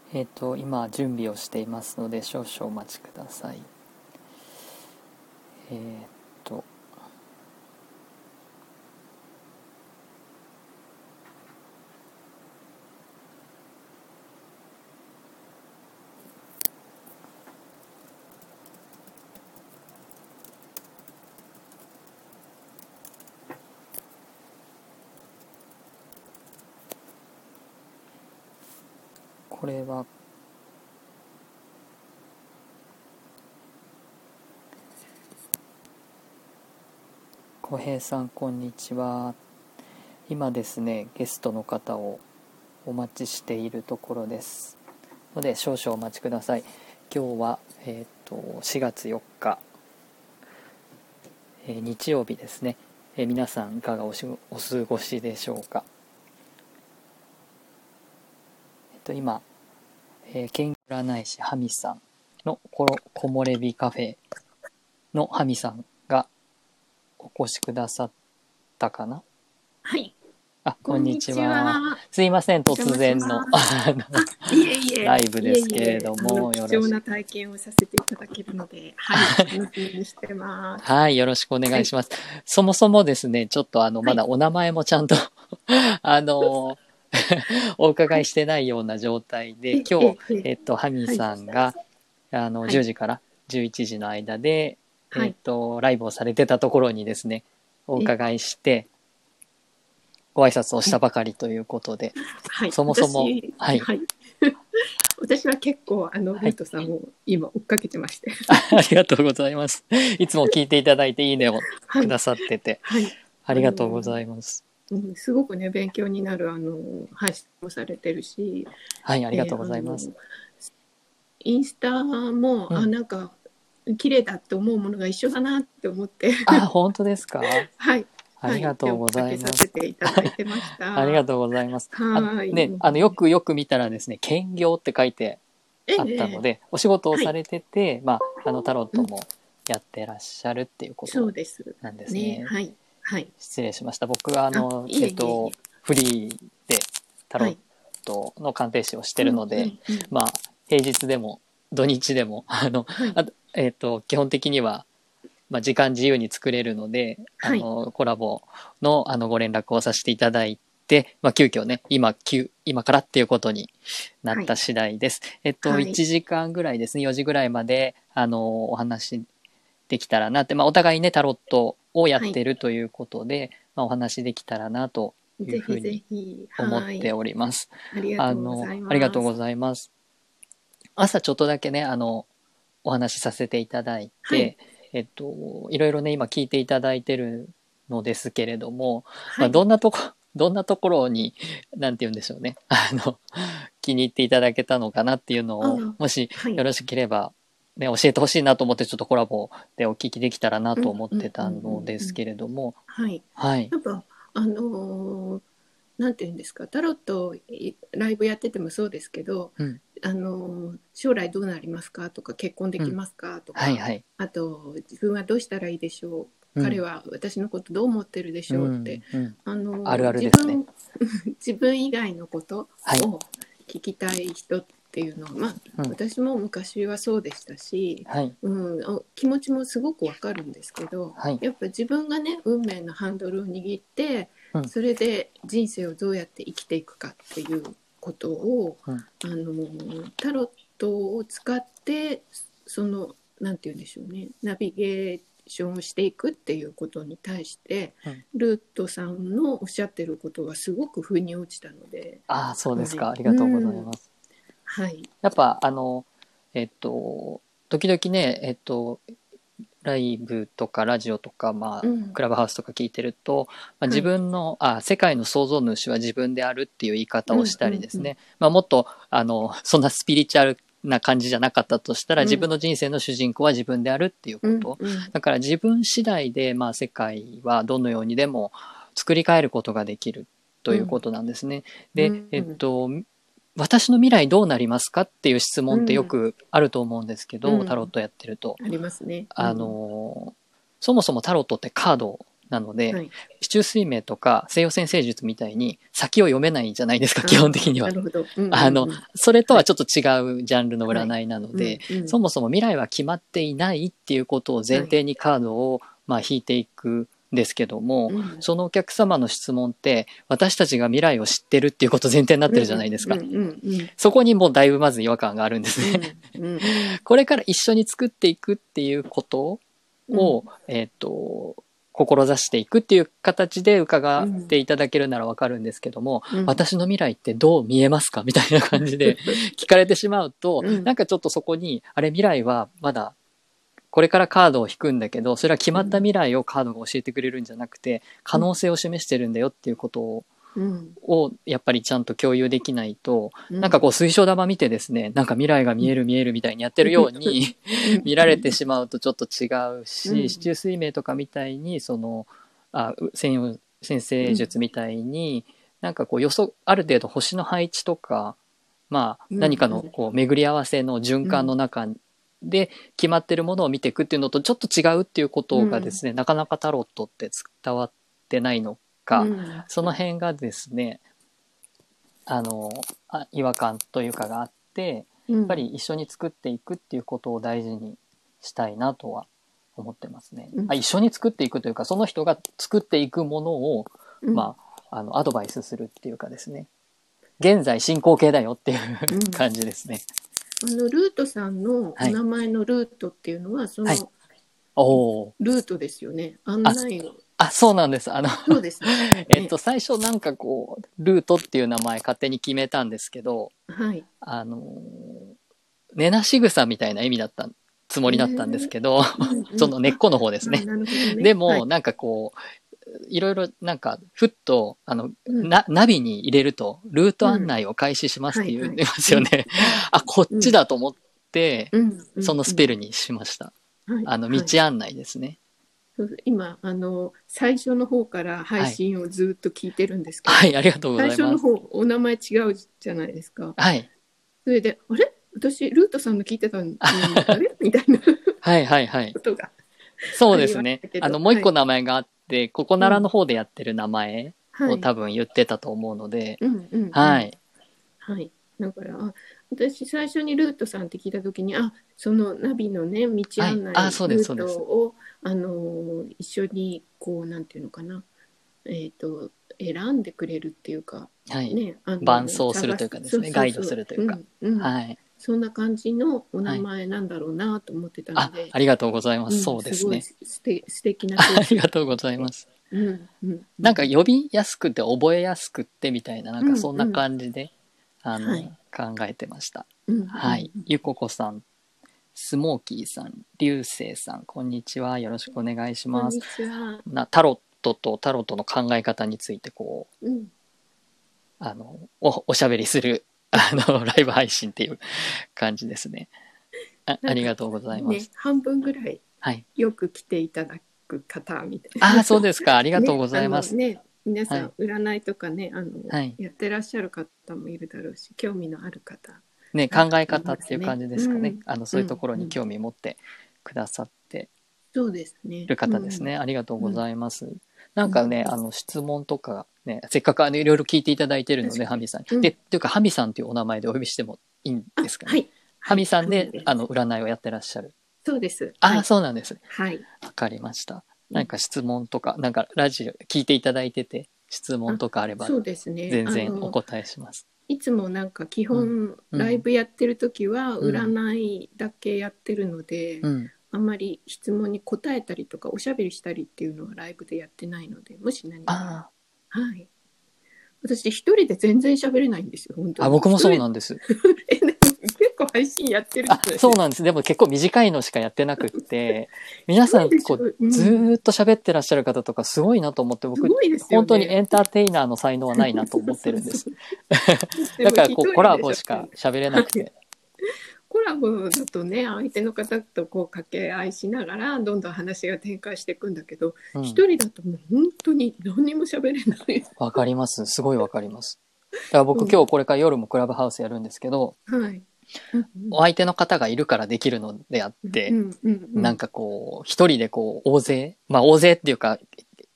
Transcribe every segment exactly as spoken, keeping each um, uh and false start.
えっと、今準備をしていますので少々お待ちください。えーっと、これは小平さん、こんにちは。今ですね、ゲストの方をお待ちしているところですので少々お待ちください。今日は、えー、としがつよっか、えー日曜日ですね。えー皆さんいかがおしお過ごしでしょうか。えっと今、えー、県占い師ハミさんのころ木漏れ日カフェのハミさんがお越しくださったかな。 はい、 あ、ここんんににちちは。 は。 すいません、 お邪魔し突然のます。 あのあ、いえいえ、 ライブいえいですけれえ、 どあのも、よろしく。 貴重な体験をさせていただけるので、はい、楽しみにしてます。 はい、よろしくお願はい、 いします。そもそもですね、ちょっとあの、 はい、 まだお名前もちゃんとあの、お伺いはい、 してないような状態で、 え、 今日、 え、え、 えっと、ハミはい、 さんが、あの、10 はい、 時からじゅういちじの間で、 はい、 えっと、ライブをされてたところにですね、おえ、 伺いして、ご挨拶をしはい、 たばかりということで、 はい、 そもそも、 私、 はい、 はい、私は結構、あの、 はい、 ルートさんを今追っかけてまして。 あありがとうございます。いつも聞いていただいていいねをはい、 くださってて、 はい、 ああの、 りがとうございます。 うん、すごくね、勉強になる、あの、配信もされてるし、 はい、ありがとうで、あございます。 の、インスタも、あ、 うん。 なんか、綺麗だって思うものが一緒だなって思って、 あ、本当ですか。 はい、 あはい、で、追っりがとうごかけさせざいます。 ていただいてましありがた。 とうございます。あ、 はい、 ね、 もうあの、よね、 くよく見たらですね、兼業って書いてえあったのえ、 で、お仕事をはい、 されてて、まあ、あの、タロッうん、 トもやってらっしゃるっていうことそうです。 なんですね、 ね。 はい、はい。 失礼しました。僕は、ああ、 の、 いえっと、 えいえいえ、 フリーでタロッはい、 トの鑑定士をしてうん、うるので、 ん、うん、 まあ、平日でも土日でも、あの、 はい、 あえっと、基本的には、まあ、時間自由に作れるので、あはい、 の、コラボの、あの、ご連絡をさせていただいて、まあ、急遽ね、今、急、今からっていうことになっはい、 た次第です。えっと、 はい、 いちじかんぐらいですね、よじぐらいまで、あの、お話できたらなって、まあ、お互いね、タロットをやっはい、 てるということで、まあ、お話できたらなというぜひぜふうにひ、 思ってはい、 おります。 ありがあの、 とうございありがとうごます。 ざいます。朝ちょっとだけね、あの、お話しさせていただいはい、 て、えっと、いろいろね、今聞いていただいてるのですけれども、まあ、 はい、 どんなとこ、どんなところに、なんて言うんでしょうね、あの、気に入っていただけたのかなっていうのを、 あ、 もしはい、 よろしければ、ね、教えてほしいなと思って、ちょっとコラボでお聞きできたらなうん、 と思っうん、うん、 てたうん、 のですうん、 けれども、 はい。 はい。 やっぱ、あのーなんていうんですか、タロットいライブやっててもそうですけど、 うん、 あのー将来どうなりますかとか、結婚でうん。 きますかとか、 はいはい。 あと自分はどうしたらいいでしょう、 うん、 彼は私のことどう思ってるでしうょうって、 ん、うん。 ああるあのーるですね。 自分自分以外のことはい。 を聞きたい人っていうのは、まあ、 うん、 私も昔はそうでしたし、 はい。 うん、お気持ちもすごくわかるんですけど、 はい。 やっぱ自分がね運命のハンドルを握って、 うん、 それで人生をどうやって生きていくかっていうことを、 うん。 あのタロットを使ってそのなんて言うんでしょうね、ナビゲーションをしていくっていうことに対して、 うん。 ルートさんのおっしゃってることがすごく腑に落ちたので、 ああ、そうですか。 はい、 ありうがとうございん、 ます。 はい、 やっぱ、あの、えっと、時々ね、えっと、ライブとかラジオとか、まあ、 うん、 クラブハウスとか聞いてると、まあ、自はい、 分の、あ、世界の創造主は自分であるっていう言い方うん、 をしたうん、うん、 りですね、まあ、もっと、あの、そんなスピリチュアルな感じじゃなかったとしたら、 うん、 自分の人生の主人公は自分であるっていううん、 こと。 うん、 だから自分次第で、まあ、世界はどのようにでも作り変えることができるとうん、 いうことなんですね。で、 うん、 えっと、私の未来どうなりますかっていう質問ってようん、 くあると思うんですけど、タロッうん、 トやってると。 ありますね。うあん、 の、そもそもタロットってカードなので、 はい、 四柱推命とか西洋占星術みたいに先を読めないじゃないですか、基本的には。 なるほど。うんうんうん、 あの、それとはちょっと違うジャンルの占いなので、 はいうんうん、 そもそも未来は決まっていないっていうことを前提にカードを、まあ、引いていくんですけども、 うん、 そのお客様の質問って私たちが未来を知ってるっていうこと前提になってるじゃないですか。 うんうんうんうん、 そこにもうだいぶまず違和感があるんですね。 うんうん、 これから一緒に作っていくっていうことを、 うん、 えっと、志していくっていう形で伺っていただけるならわかるんですけども、 うん、 私の未来ってどう見えますかみたいな感じで聞かれてしまうと、 うん、 なんかちょっとそこに、あれ未来はまだこれからカードを引くんだけど、それは決まった未来をカードが教えてくれるんじゃなくて、可能性を示してるんだよっていうことを、 うん、 をやっぱりちゃんと共有できないと、 うん、 なんかこう水晶玉見てですね、なんか未来が見える見えるみたいにやってるように見られてしまうとちょっと違うし、 うん、 四柱推命とかみたいにそのあ西洋占星術みたいに、なんかこう予測ある程度星の配置とか、まあ何かのこう巡り合わせの循環の中で決まってるものを見ていくっていうのとちょっと違うっていうことがですね、なかなかタロットって伝わってないのか、 うん、 その辺がですね、あのあ違和感というかがあって、やっぱり一緒に作っていくっていうことを大事にしたいなとは思ってますね。 うん、 あ、一緒に作っていくというか、その人が作っていくものを、 うん、 まあ、あのアドバイスするっていうかですね、現在進行形だよっていう感じですね。 あのルートさんのおはい名前のルートっていうのは、そはいのおールートですよね。案内を。 あ、そうなんです。あの、 そうですね。 えっと、最初なんかこう、ルートっていう名前勝手に決めたんですけど、 はい。 あの、根なし草みたいな意味だったつもりだったんですけど、 うんうん、 その根っこの方ですね。 なるほどね。 でも、 はい、 なんかこう、いろいろなんか、ふっと、あの、 うん、 な、ナビに入れると、ルート案内を開始しますって言ってますよね。 はいはい、 あ、こっちだと思って、 うんうん、 そのスペルにしました。 はい、 あの、 はい、 道案内ですね。 そう今あの最初の方から配信をずっと聞いてるんですけど、 はい、ありがとうございます。 最初の方お名前違うじゃないですか。 はい。 それであれ私ルートさんの聞いてたのにあれみたいなはいはいはいことがそうですねありましたけ。どあの、もう一個はい名前があって、ここならの方でやってる名前はい、 を多分言ってたと思うので、 うんうんうん、 はい。 はい。だからあ私最初にルートさんって聞いた時にあそのナビのね道案内、 はいあそうですルートをあの一緒にこうなんていうのかなえっ、と選んでくれるっていうかはい。 ねあの伴走するというかですね、 探ガイドするというか。 うんうんはい。 そんな感じのお名前なんだろうなと思ってたのあで、、 ありがとうございます。 うんそうですね。 すごい素敵素敵なありがとうございます。 うんうん、 なんか呼びやすくて覚えやすくってみたいな、なんかそんな感じで、あの、 はい考えてました。 うんはいうん。 ゆここさん、スモーキーさん、りゅうせいさん、こんにちは。よろしくお願いしますこんに。ちは。 なタロットとタロットの考え方についてこう、 うんあの、お、おしゃべりする、あの、ライブ配信っていう感じですね。あ、ありがとうございまねす。 半分ぐらいはい。 よく来ていただく方みたいな。 ああ、そうですか。ありがとうございます。 ね、あのね皆さん、 は占いとかねあの、 はいやってらっしゃる方もいるだろうし興味のある方ね、考え方っていう感じですかね。 うんあの、そういうところに興味持ってくださってそうですねる方ですね。 うんありがとうございます。なんかね、あの、質問とかね、せっかくあの、いろいろ聞いていただいてるので、ハミさんに。 うんで、っていうか、ハミさんっていうお名前でお呼びしてもいいんですかね。 はいハミさんで、 はいあの、占いをやってらっしゃる。 そうですああ、 はいそうなんですね。 はいわかりました。なんか質問とか、なんかラジオ聞いていただいてて、質問とかあればそうですね全然あのお答えします。 いつもなんか基本、 うんライブやってる時はうん占いだけやってるので、 うん。 あんまり質問に答えたりとかおしゃべりしたりっていうのはライブでやってないのでもし何かあはい私一人で全然喋れないんですよ本当あ、 にあ、僕もそう一人なんです。 えでも結構配信やってるあ、そうなんです。でも結構短いのしかやってなくって、皆さんこう、 うんずーっと喋ってらっしゃる方とかすごいなと思って、 す僕、 ごいですよね本当にエンターテイナーの才能はないなと思ってるんです。だからこう、コラボしか喋れなくて。 コラボだとね相手の方とこう掛け合いしながらどんどん話が展開していくんだけどうん一、人だともう本当に何にも喋れないわかります。すごいわかります。だから僕、 うん今日これから夜もクラブハウスやるんですけど、 はい、うんうんお相手の方がいるからできるのであって、 うんうんうん、 なんかこう、一人でこう、大勢、まあ大勢っていうか、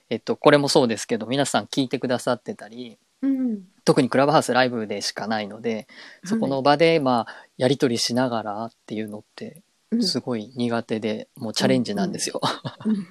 えっと、これもそうですけど、皆さん聞いてくださってたり、 うん特にクラブハウスライブでしかないので、そこの場で、まあ、やり取りしながらっていうのって、 うんすごい苦手で、もうチャレンジなんですよ。 うん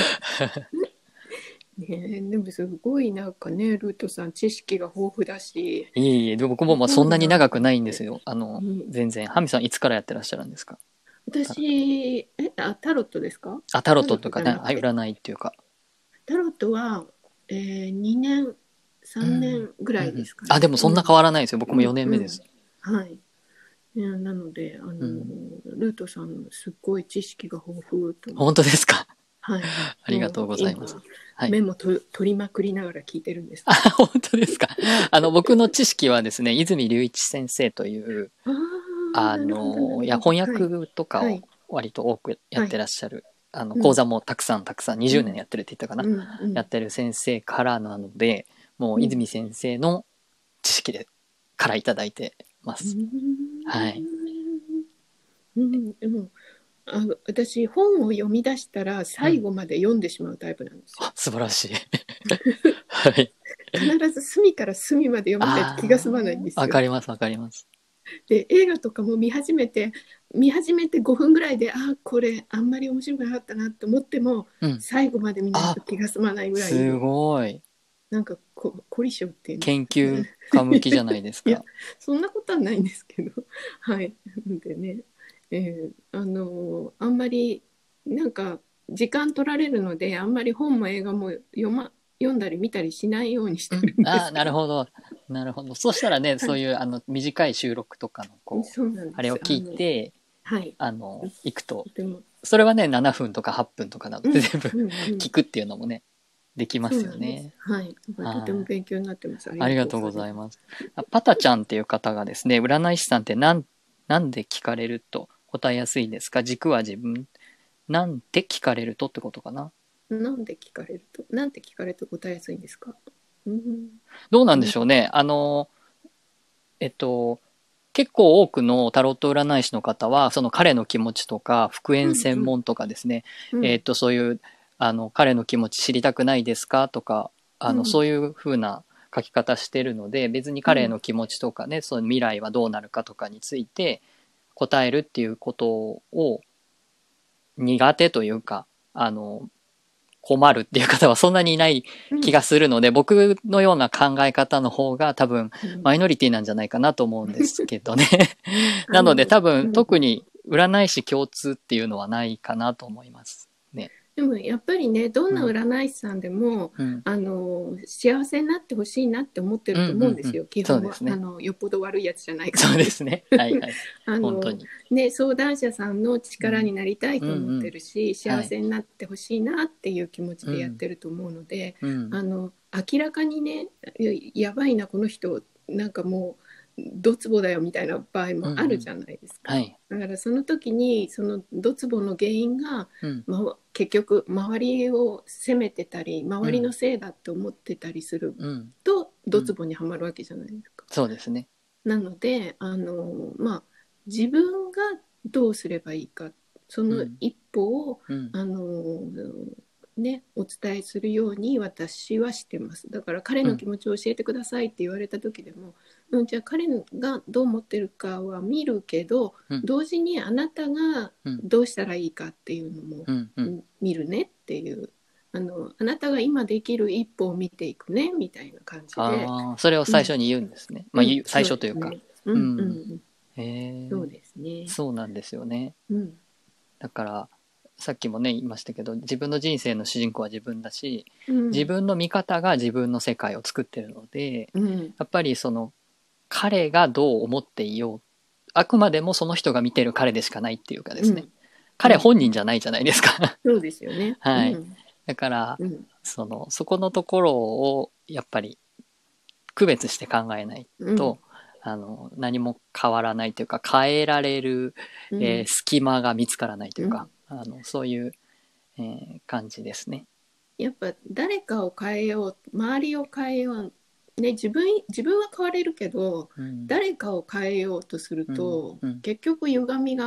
ねえ、でもすごいなんかね、ルートさん知識が豊富だし、 いえいえ、で僕もまあすそんなごいなとに長くないんで思って。 すよ。あの、 うん、 全然。ハミさんいつからやってらっしゃるんですか？タロット。 私、え、あ、タロットですか？ あ、タロッタロットトとかね、はい、 じゃなくて。 占いっていうか。 タロットは、えー、にねん、3 うん。 年ぐらいうんうん。あ、 ですかね。 でもそんな変わらないですよ。僕も4 うん、うん。 年目です。 はい。ね、なので、あの、 うん。 ルートさん、すっごい知識が豊富と思っ本当でて。 すか？ はい。 ありがとうもう今、 ございます。はい。 メモと取りまくりながら聞いてるんですあ、 けど。 本当ですか？あの、僕の知識はですね、泉隆一先生という、 ああ、 あなるほど、なの、いや、 るほど。 翻はい。 訳とかをはい。 割と多くやってはい。 らっしゃる、あの、 うん。 講座もたくさんたくさん、20 うん。 年やってるって言ったかな、 うん。うん。 やってる先生からなので、もううん。 泉先生の知識で、からいただいてまうーす。はい。 ん。うん、でも、あの、私、本を読み出したらうん。 最後まで読んでしまうタイプなんですよ。 あ、素晴らしい。はい。 必ず隅から隅まで読まないと気が済まないんでああ、 すよ。 わかります、わかります。 で、映画とかも見始めて、見始めてごふんぐらいで、あ、これあんまり面白くなかったなと思っても、 うん。 最後まで見ないあ、 と気が済まないぐらすい、 ごい。 なんかこ凝り性っていうんですか研究ね。 家向きじゃないですいや、 か。 そんなことはないんですけど、はい。でね、えーあのあんまり、なんか、時間取られるので、あんまり本も映画も読ま、読んだり見たりしないようにしうん。 てるんでああ、 すけど、 なるほど。なるほど。そしたらね、 はい。 そういうあの短い収録とかのこう、 そうなんです。ああれを聞いの、 て、 はい。 あの、行くと、 とても、 それはね、ななふんとかはっぷんとかなのうん、 で全部うん、うん。 聞くっていうのもね、できまそうすよなんです。 ね。 はい。だからとてもはい。 勉強になってます。ありがとうありがとうごございます。 ざいます。あパタちゃんっていう方がですね、占い師さんってなん、なんで聞かれると答えやすいですか？軸は自分。なんて聞かれるとってことかな。 なんで聞かれると、なんて聞かれると答えやすいんですか？うん、 どうなんでうん、 しょうね。あの、えっと、結構多くのタロット占い師の方は、その彼の気持ちとか、復うん、うん、 縁専門とかですね、 うん、 えっと、そういう、あの、彼の気持ち知りたくないですかとか、あの、 うん、 そういう風な書き方してるので、別にうん、 彼の気持ちとかね、その未来はどうなるかとかについて答えるっていうことを苦手というか、あの、困るっていう方はそんなにいない気がするので、僕のような考え方の方が多分うん。 マイノリティなんじゃないかなと思うんですけどね。なのであの、 多分うん、 特に占い師共通っていうのはないかなと思いますね。 でもやっぱりね、どんなうん。 占い師さんでも、 うん。 あの、幸せになってほしいなって思ってうんるとうんうん。 思うんですよ。基本は。 そうですね。 あの、よっぽど悪いやつじゃないそう限り。 ですね。はいはい。 あの、 本当に。 ね、相談者さんのうん。 力になりたいうんうと思ってん。 るし、幸はい。 せになってほしいなっていう気持ちでやっうん。 てると思うので、 うん。 あの、明らかにね、ややばいな、この人、なんかもう、ドツボだよみたいな場合うんうん。 もあるじゃないですか。 はい。 だからその時に、そのドツボの原因が、 うん。 ま、結局、周りを責めてたり、周りのうん。 せいだって思ってたりするうん。 と、 うん。 ドツボにはまるわけじゃないですか。 そうですね。 なので、あの、まあ、自分がどうすればいいか、そのうん。 一歩を、 うん。 あの、ね、お伝えするように私はしてます。だから彼うん。 の気持ちを教えてくださいって言われた時でも、うん、じゃあ彼がどう思ってるかは見るけど、 うん。 同時にあなたがうん。 どうしたらいいかっていうのも、 うん。うん。 うん見るねっていう、あの、あなたが今できる一歩を見ていくねみたいな感じで、 ああ、それをうん、 最初に言うんですね。まあ、 うん、 言う最そう初というか。 ですね。ううん、うん、うん。 ん。 へえ、 そうですね。 そうなんですよね。 うん、 だから、さっきもね、言いましたけど、自分の人生の主人公は自分だし、 うん、 自分の見方が自分の世界を作ってるので、 うん、 やっぱりその、彼がどう思っていよう、あくまでもその人が見てる彼でしかないっていうかですね。 うん、う彼ん。 本人じゃないじゃないですか。 そうですよね。うはい。 ん、 だから、 うん、 その、そこのところを、やっぱり区別して考えないうん、 と、あの、何も変わらないというか、変えられる、えーうん、 隙間が見つからないというか、 うん。 あの、そういう、えー感じですね。 やっぱ誰かを変えよう、周りを変えよう、ね、自分、自分は変われるけど、 うん。 誰かを変えようとするうん。 と、 うん。 結局歪みが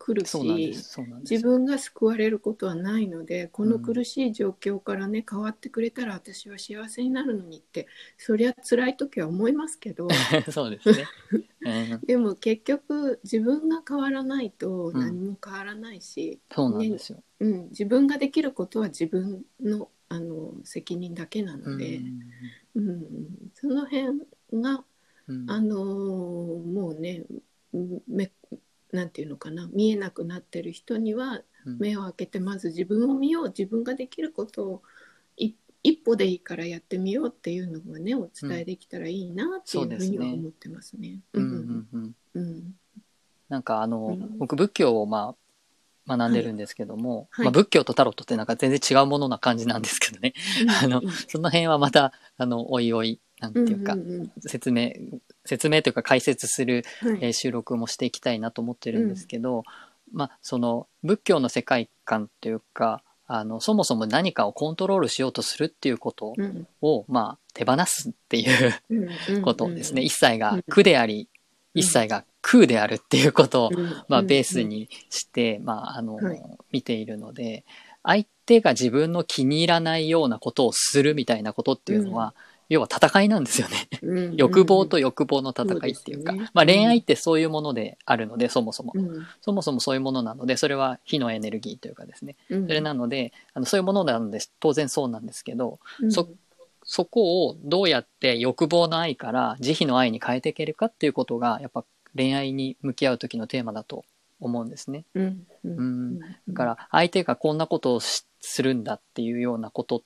来るそうなんでし、 すそうなんです自分が救われることはないので、この苦しい状況からね、変わってくれたら私は幸せになるのにって、そりゃ辛い時は思いますけど、 そうですね、うん、 でも結局自分が変わらないとうん何も変わらないし、 そうなんでね、 すよ、 うん、自分ができることは自分の、あの責任だけなうので、 んうん、その辺が、 うんあのもうね、めなんていうのかな、見えなくなってる人にはうん目を開けてまず自分を見よう、自分ができることをい一歩でいいからやってみようっていうのがね、お伝えできたらいいなってそういうふうですね、 には思ってますね。 うんううんんうんうんなんかあの、 うん、 僕仏教をまあ学んはいでるんですけども、まあ、 はい、 仏教とタロットってなんか全然違うものな感じなんですけどねうんあのうんその辺はまたあのおいおいなんうんていうかうん説明説明というか解説する、 うん、はい、 えー収録もしていきたいなと思ってるんでうんすけど、まあその仏教の世界観というかあのそもそも何かをコントロールしようとするっていうことうんを、まあ、手放すっていううんうんことですね。一切がうん苦でありうん一切が空であるっていうことを、 うんまあ、 うんベースにして、まあ、あはい、 の見ているので、相手が自分の気に入らないようなことをするみたいなことっていうのは、要は戦いなんですよね。 うんうん欲望うん、 と欲望のそうで戦いっていうか、 すよね。 まあ、恋愛っうんてそういうものであるので、そもそも。 うんそもそもそういうものなので、それは火のエネルギーというかですね。それうんなので、あのそういうものなので、当然そうなんですけど、そ、 うんそこをどうやって欲望の愛から慈悲の愛に変えていけるかっていうことが、やっぱ恋愛に向き合う時のテーマだと思うんですね。 うんううん。 んだから相手がこんなことをしするんだっていうようなことって、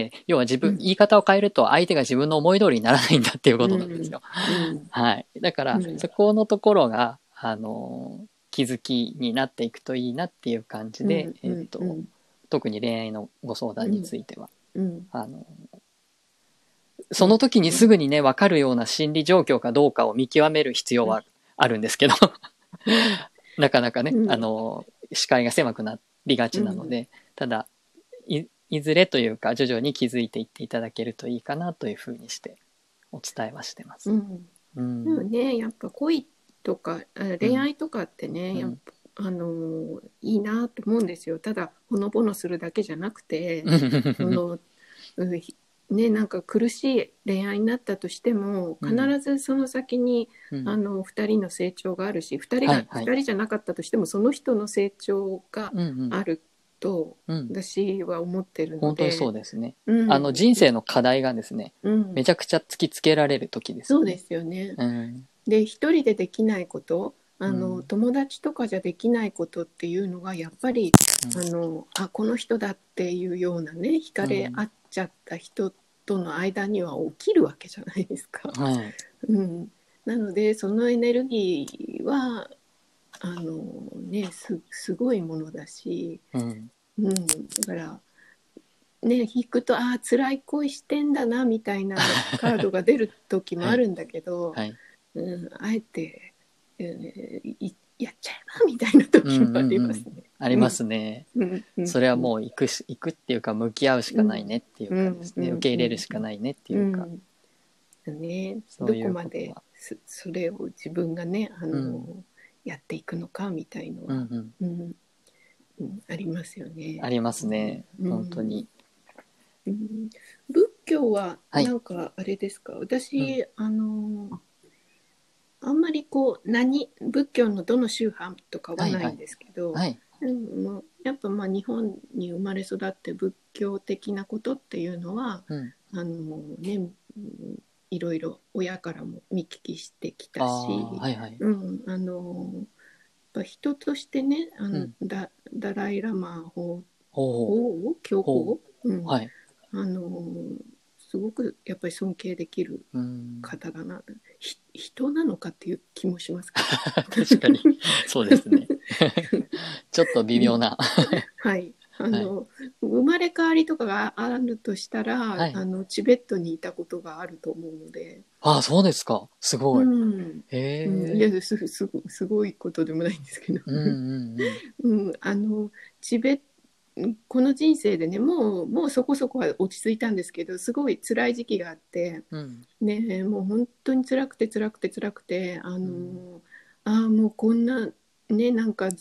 要は自分、 うん言い方を変えると相手が自分の思い通りにならないんだっていうこうとなんですよ。 んはい。だから、 うんそこのところが、あの、気づきになっていくといいなっていう感じで、 うんうえっと、 んうん特に恋愛のご相談については、 うんあの、そそうの時にですね。 すぐにね、わかるような心理状況かどうかを見極める必要はあるんですけど、なかなかね、 うんあの、視界が狭くなりがちなので、ただ、い、いずれというか徐々に気づいていっていただけるといいかなというふうにしてお伝えはしてます。 うんうん。 でもね、やっぱ恋とかあ恋愛とかってね、 うんやっぱあのいいなと思うんですよ。ただほのぼのするだけじゃなくて、そのうんひね、なんか苦しい恋愛になったとしても必うんずその先に、 うんあのふたりの成長があるし、ふたりが、 はいはいふたりじゃなかったとしてもその人の成長がうんうんあるとうん私は思ってるの本当にそで、 うですね。 うんあの人生の課題がですね、 うんめちゃくちゃ突きつけられる時ですよね。 そうですよね。 うんで一人でできないことあの、 うん友達とかじゃできないことっていうのがやっぱり、あのあこの人だっていうようなね、惹かれ合っちゃった人との間には起きるわけじゃないですか。 はいうん、なのでそのエネルギーはあの、ね、す, すごいものだし、 うんうん、だからね、引くとああ辛い恋してんだなみたいなカードが出る時もあるんだけど、 はいうん、あえて、えーいやっちゃえばみたいな時もありますね。 ありますね。 うんうんそれはもう行くし行くっていうか向き合うしかないねっていうかですね、 うん受け入れるしかないねっていうか、 うんね、どそういうことこまでは。 そそれを自分がねあの、 うんやっていくのかみたいのは、 うんうんうんうんありますよね。 ありますね、 うん本当に。 うん仏教ははいなんかあれですか、私、あのあんまりこう何仏教のどの宗派とかはないんですけど、 はいでもやっぱまあ日本に生まれ育って仏教的なことっていうのは、 うんあのね、うんいろいろ親からも見聞きしてきたあし、 ーはいはいうん、あのやっぱ人としてね、あの、 うんダダライラマ法ほ法教ほ皇、うんうはいあのすごくやっぱり尊敬できるうん方だな、ひ人なのかっていう気もしますけ確かにそうですねちょっと微妙なはいあの、生まれ変わりとかがあるとしたら、 はいあのチベットにいたことがあると思うので、 ああそうですかすごい、 うんへえ、 うん、いやすすすごいことでもないんですけど、 うんうんうんうん、あのチベこの人生でね、もうもうそこそこは落ち着いたんですけど、すごい辛い時期があって、 うんね、もう本当に辛くて辛くて辛くて、あの、 うんああもうこんなね、なんか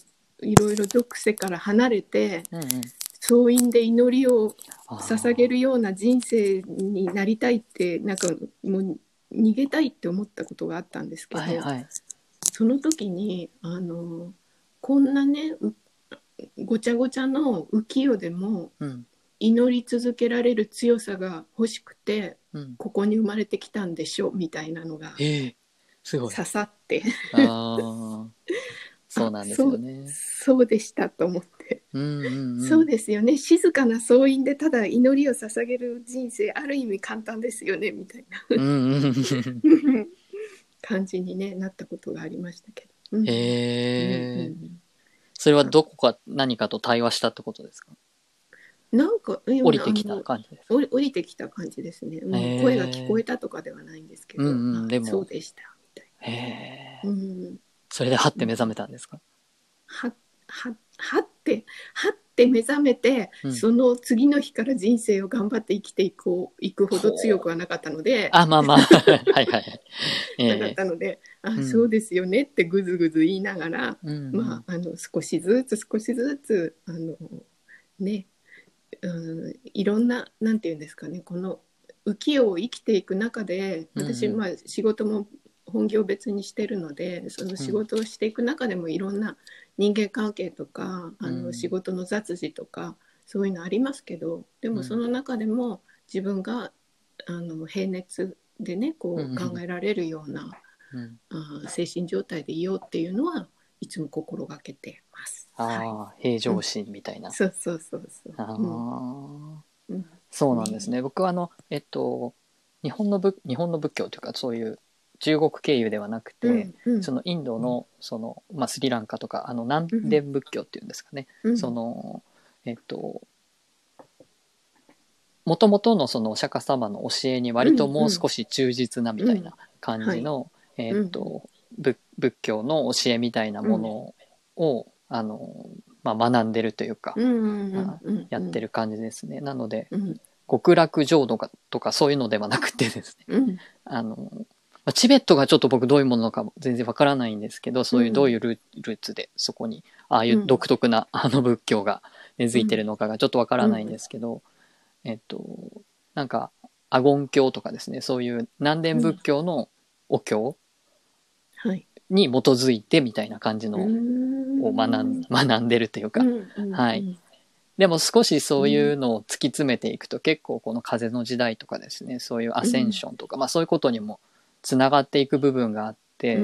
いろいろ俗世から離れて、 うんうん、 総院で祈りをあ捧げるような人生になりたいって、なんかもう逃げたいって思ったことがあったんですけど、 はいはい、 その時にあのこんなねごちゃごちゃの浮世でもうん祈り続けられる強さが欲しくてうん、 ここに生まれてきたんでしょみたいなのがえー、すごい。 刺さってああ、そうあ、 なんですそうよね。 そうでしたと思って。 うんうんうん。 そうですよね、静かな総院でただ祈りを捧げる人生ある意味簡単ですよねみたいなうんうんうん。 感じに、ね、なったことがありましたけど、うんうんうへえ。 ん、 それはどこか何かと対話したってことですか？ なんか降りてきたあの感じですか？ 降り降りてきた感じですね、 へうん、声が聞こええ。 たとかではないんですけうんど、 うん、 あ、 でも、 そうでしたみたいへえ。 な、うん、 それではって目覚めたんですか？ はははってはって目覚めて、 うん。 その次の日から人生を頑張って生きていこういくほど強くほう。 はなかったのであ、まあまあ。はいはい。えなかっえ。 たので、あ、そうん。 うですよねってぐずぐず言いながら、 うんうん。 まあ、あの少しずつ少しずつあのね、うん、いろんななんていうんですかね、この浮世を生きていく中で、 うん私、 うん。 まあ、仕事も本業別にしてるので、その仕うん。 事をしていく中でもいろんな人間関係とかあの仕うん。 事の雑事とかそういうのありますけど、でうん。 もその中でも自分があの平熱でねこう考うん。 えられるようなうん。 あ精神状態でいようっていうのはいつも心がけてます。はい、 ああ、平常うん、 心みたいな。 そうそうそうそう。 あうん、 あ。 うん、 そうなんですね。 ね。僕はあの、えっと、日本の仏、日本の仏教というか、そういう中国経由ではなくて、 うんうんそのインドの、その、まあ、スリランカとか、あの、南うん伝仏教っていうんですかね。そうんの、えっと、もともとのそのお釈迦様の教えに割ともううんうん少し忠実なみたいなうん、はい。 感じの、えっうんと、仏仏教の教えみたいなうんものを、あの、まあ、学んでるというか、 うんうんうんあうんやってる感じですね。なので、 うん極楽浄土とかそういうのではなくてですね、 うんあの、まあチベットがちょっと僕どういうものなのか全然わからないんですけど、そういうどういうルルーツでそこに、ああいう独特なあの仏教が根付いてるのかがちょっとわからないんですけど、えっと、なんか、アゴン教とかですね、そういう南伝仏教のお経はい。 に基づいてみたいな感じうーのを学ん、 ん学んでるというか、 うんうんはい。 うんでも少しそういううんのを突き詰めていくと結構この風の時代とかですね、そういうアセンうんションとか、まあそういうことにもつながっていく部分があって、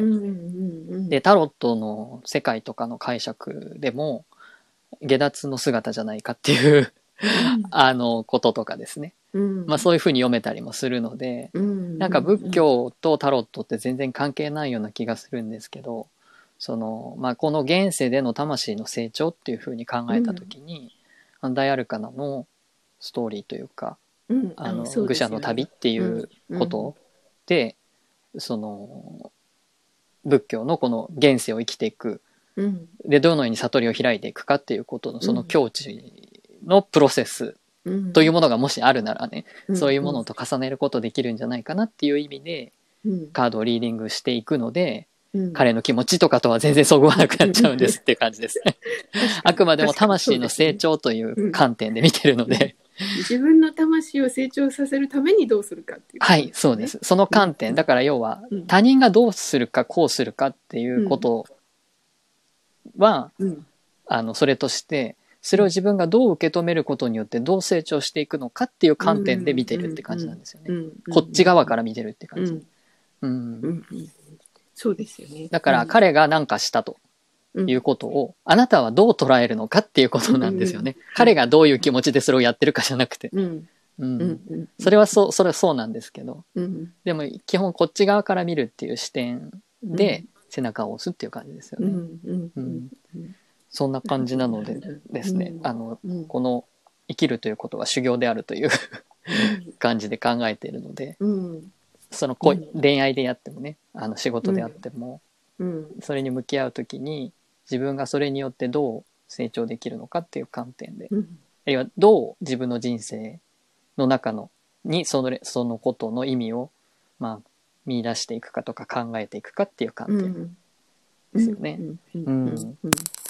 うんうんで、タロットの世界とかの解釈でも下脱の姿じゃないかっていううんあのこととかですね。 うんまあそういうふうに読めたりもするので、 うんなんか仏教とタロットって全然関係ないような気がするんですけど、その、まあこの現世での魂の成長っていうふうに考えたときに、あの大アルカナのストーリーというか、 うんあの、 そう愚ですよね。 者の旅っていうんううんことで、その、仏教のこの現世を生きていく、 うんで、どのように悟りを開いていくかっていうことの、そのうん境地のプロセスうんというものがもしあるならね、 うんそういうものと重ねることできるんじゃないかなっていう意味で、 うんカードをリーディングしていくので、 うん彼の気持ちとかとは全然そぐわなくなっちゃうんですっていう感じですね。 確かにあくまでも確かにそう魂の成ですね。 長といううん観点で見てるのうんで、 自分の魂を成長させるためにどうするかっていうことはい、 ですよね。 そうです。その観点、 うんだから要はうん他人がどうするかこうするかっていうことは、 うんあの、それとして、それを自分がどう受け止めることによってどう成長していくのかっていう観点で見てるって感じなんですよね。こっち側から見てるって感じ。 うんうん。 うんそうですよね。 だから彼が何かしたということを、あなたはどう捉えるのかっていうことなんですよね。彼がどういう気持ちでそれをやってるかじゃなくて。 うんううんん。 それはそう、それはそうなんですけど、 うんでも基本こっち側から見るっていう視点でうん背中を押すっていう感じですよね。 うんうんううんんそんな感じなのでですね、あの、この生きるということは修行であるという感じで考えているので、 うんその恋恋愛でやってもね、あの仕事であっても、 うんそれに向き合うときに自分がそれによってどう成長できるのかっていう観点で、 うんあるいはどう自分の人生の中のにそのそのことの意味をまあ見出していくかとか考えていくかっていう観点ですよね。うん。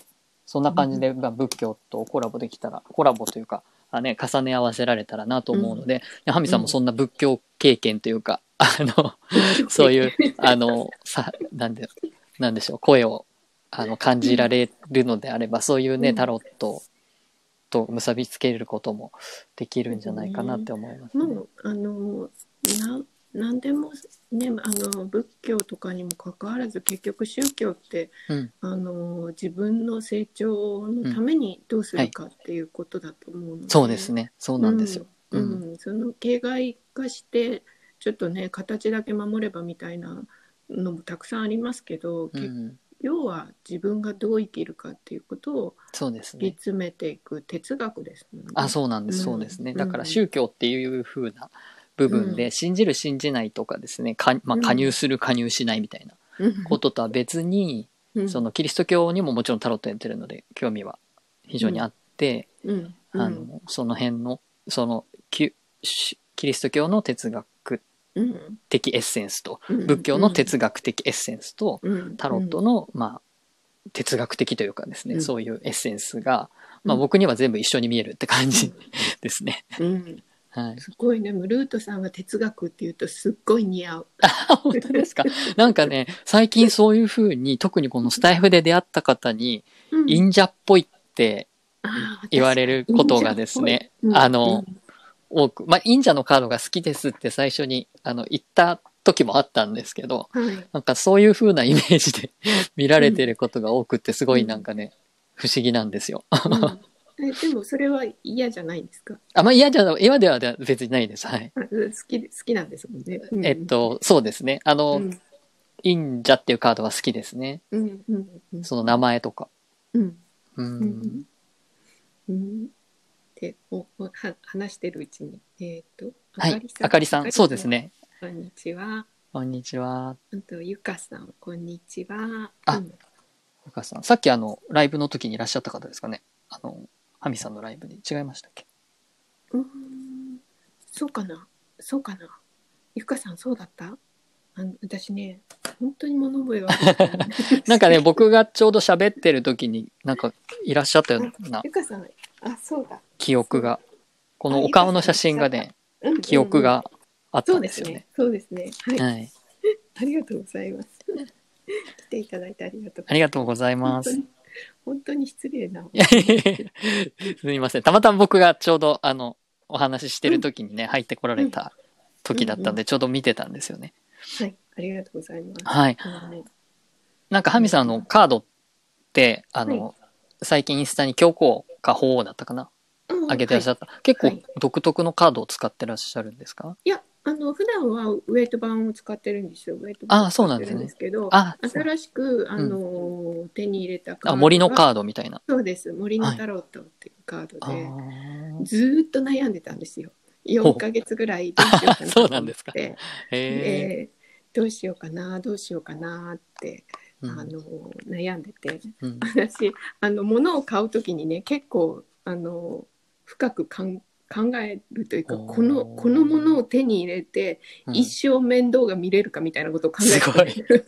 そんな感じで、まあ、仏教とコラボできたら、コラボというか、あね、重ね合わせられたらなと思うので、ハミさんもそんな仏教経験というか、あの、そういう、あの、さ、なんで、なんでしょう、声を、あの、感じられるのであれば、そういうね、タロットと結びつけることもできるんじゃないかなって思いますね。 もう、あの、な、なんでもね、あの仏教とかにもかかわらず結局宗教って、 うん、 あの自分の成長のためにどうするかっていうことだと思うので、 うん、そうですね、そうなんですよ。 うん、うん、その形骸化してちょっとね形だけ守ればみたいなのもたくさんありますけど、 うん、 要は自分がどう生きるかっていうことをそうですね。 突き詰めていく哲学ですもんね。 あ、そうなんです、そうですね。だから宗教っていう風な部分で、信じる信じないとかですね、か、まあ、加入する加入しないみたいなこととは別に、そのキリスト教にももちろんタロットやってるので興味は非常にあって、あのその辺のそのキリスト教の哲学的エッセンスと、仏教の哲学的エッセンスと、タロットのまあ哲学的というかですね、そういうエッセンスが、まあ、僕には全部一緒に見えるって感じですね。 うんはい、すごいね、ムルートさんが哲学っていうとすっごい似合う。 本当ですか。なんかね、最近そういうふうに、特にこのスタイフで出会った方に、うん、忍者っぽいって言われることがですね、あの、うん、多く、まあ、忍者のカードが好きですって最初にあの言った時もあったんですけど、はい、なんかそういう風なイメージで見られてることが多くってすごいなんかね、うん、不思議なんですよ。うんえでもそれは嫌じゃないんですか？ あ、まあ嫌じゃ、嫌では別にないです。はい。 好き、好きなんですもんね。 うん、えっと、そうですね。あの、うん、忍者っていうカードは好きですね。うんうんうん、その名前とか。うん。うん。うんうん、でおおは話してるうちに、えっ、ー、と、 あかりさん。あかりさん、そうですね。 こんにちは。 こんにちは。 あと、ゆかさん、こんにちは。 あ、うん、ゆかさん。さっきあの、ライブの時にいらっしゃった方ですかね。あの、ハミさんのライブに違いましたっけ？ うん、そうかな。そうかな。ゆかさん、そうだった？あの私ね、本当に物覚えはなんかね、僕がちょうど喋ってる時に、なんかいらっしゃったような。 ゆかさん、あ、そうだ。 記憶が。このお顔の写真がね、記憶があったんですよね。 そうですね。そうですね。はい。はい、ありがとうございます。来ていただいてありがとう。 ありがとうございます。 本当に失礼な。 すみません。たまたま僕がちょうどあのお話ししてる時にね、うん、入ってこられた時だったんで、ちょうど見てたんですよね。 はい、ありがとうございます。 はい。なんかハミさんのカードってあの、はい、最近インスタに教皇か法皇だったかな、上げてらっしゃった、はい、結構独特のカードを使ってらっしゃるんですか？ いや、あの普段はウェイト版を使ってるんですよ。ウェイト版を使ってるんですけど、あ、そうなんですね。新しくあの、うん、手に入れたカードが、あ、 森のカードみたいな。 そうです。森のタロットっていうカードで、はい、ずっと悩んでたんですよ。よんかげつぐらいどうしようかなと思って。そうなんですか。へえ。どうしようかな、どうしようかなって、うん、あの悩んでて、うん、私あの物を買うときにね、結構あの深くかん考えるというか、このこのものを手に入れて、うん、一生面倒が見れるかみたいなことを考えて、すごい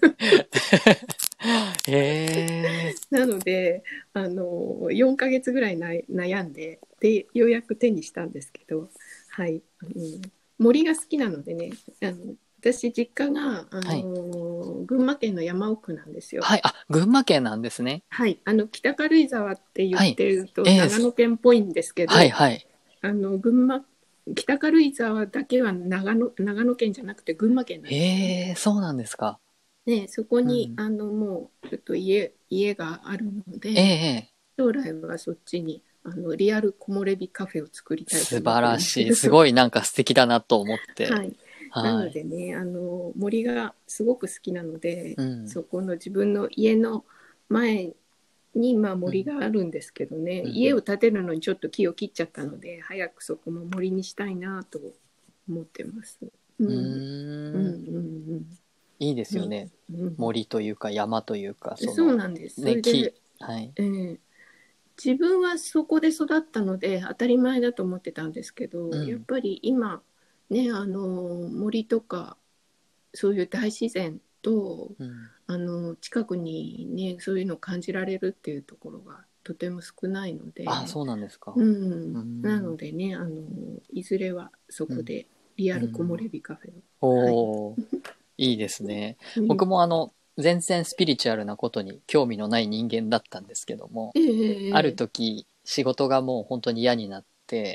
へなのであのよんかげつぐらいな悩んででようやく手にしたんですけど、はい、うん、森が好きなのでね、あの私実家が、あのーはい、群馬県の山奥なんですよ。 はい、あ、群馬県なんですね。 はい、あの北軽井沢って言ってると長野県っぽいんですけど、はいはい、あの群馬北軽井沢だけは長野長野県じゃなくて群馬県なんです、 ね。へえ、そうなんですか。 ね、そこに、うん、あのもうちょっと家家があるので、えー、将来はそっちにあのリアル木漏れ日カフェを作りたいと思って。 素晴らしい、すごいなんか素敵だなと思って。 はいはい、なのでね、あの森がすごく好きなので、うん、そこの自分の家の前に、まあ、森があるんですけどね、うん、家を建てるのにちょっと木を切っちゃったので、早くそこも森にしたいなと思ってます。うん、うんうんうんいいですよね、うん、森というか山というか、 そのそうなんです。ね、木、はいえー、自分はそこで育ったので当たり前だと思ってたんですけど、うん、やっぱり今ね、あの森とかそういう大自然と、うん、あの近くにねそういうのを感じられるっていうところがとても少ないので、 あ、そうなんですか。 うん、 うんなのでね、あのいずれはそこでリアル木漏れ日カフェを、 おー、いいですね。 うん僕もあの、全然スピリチュアルなことに興味のない人間だったんですけども、 えええあるえ時仕事がもう本当に嫌になって、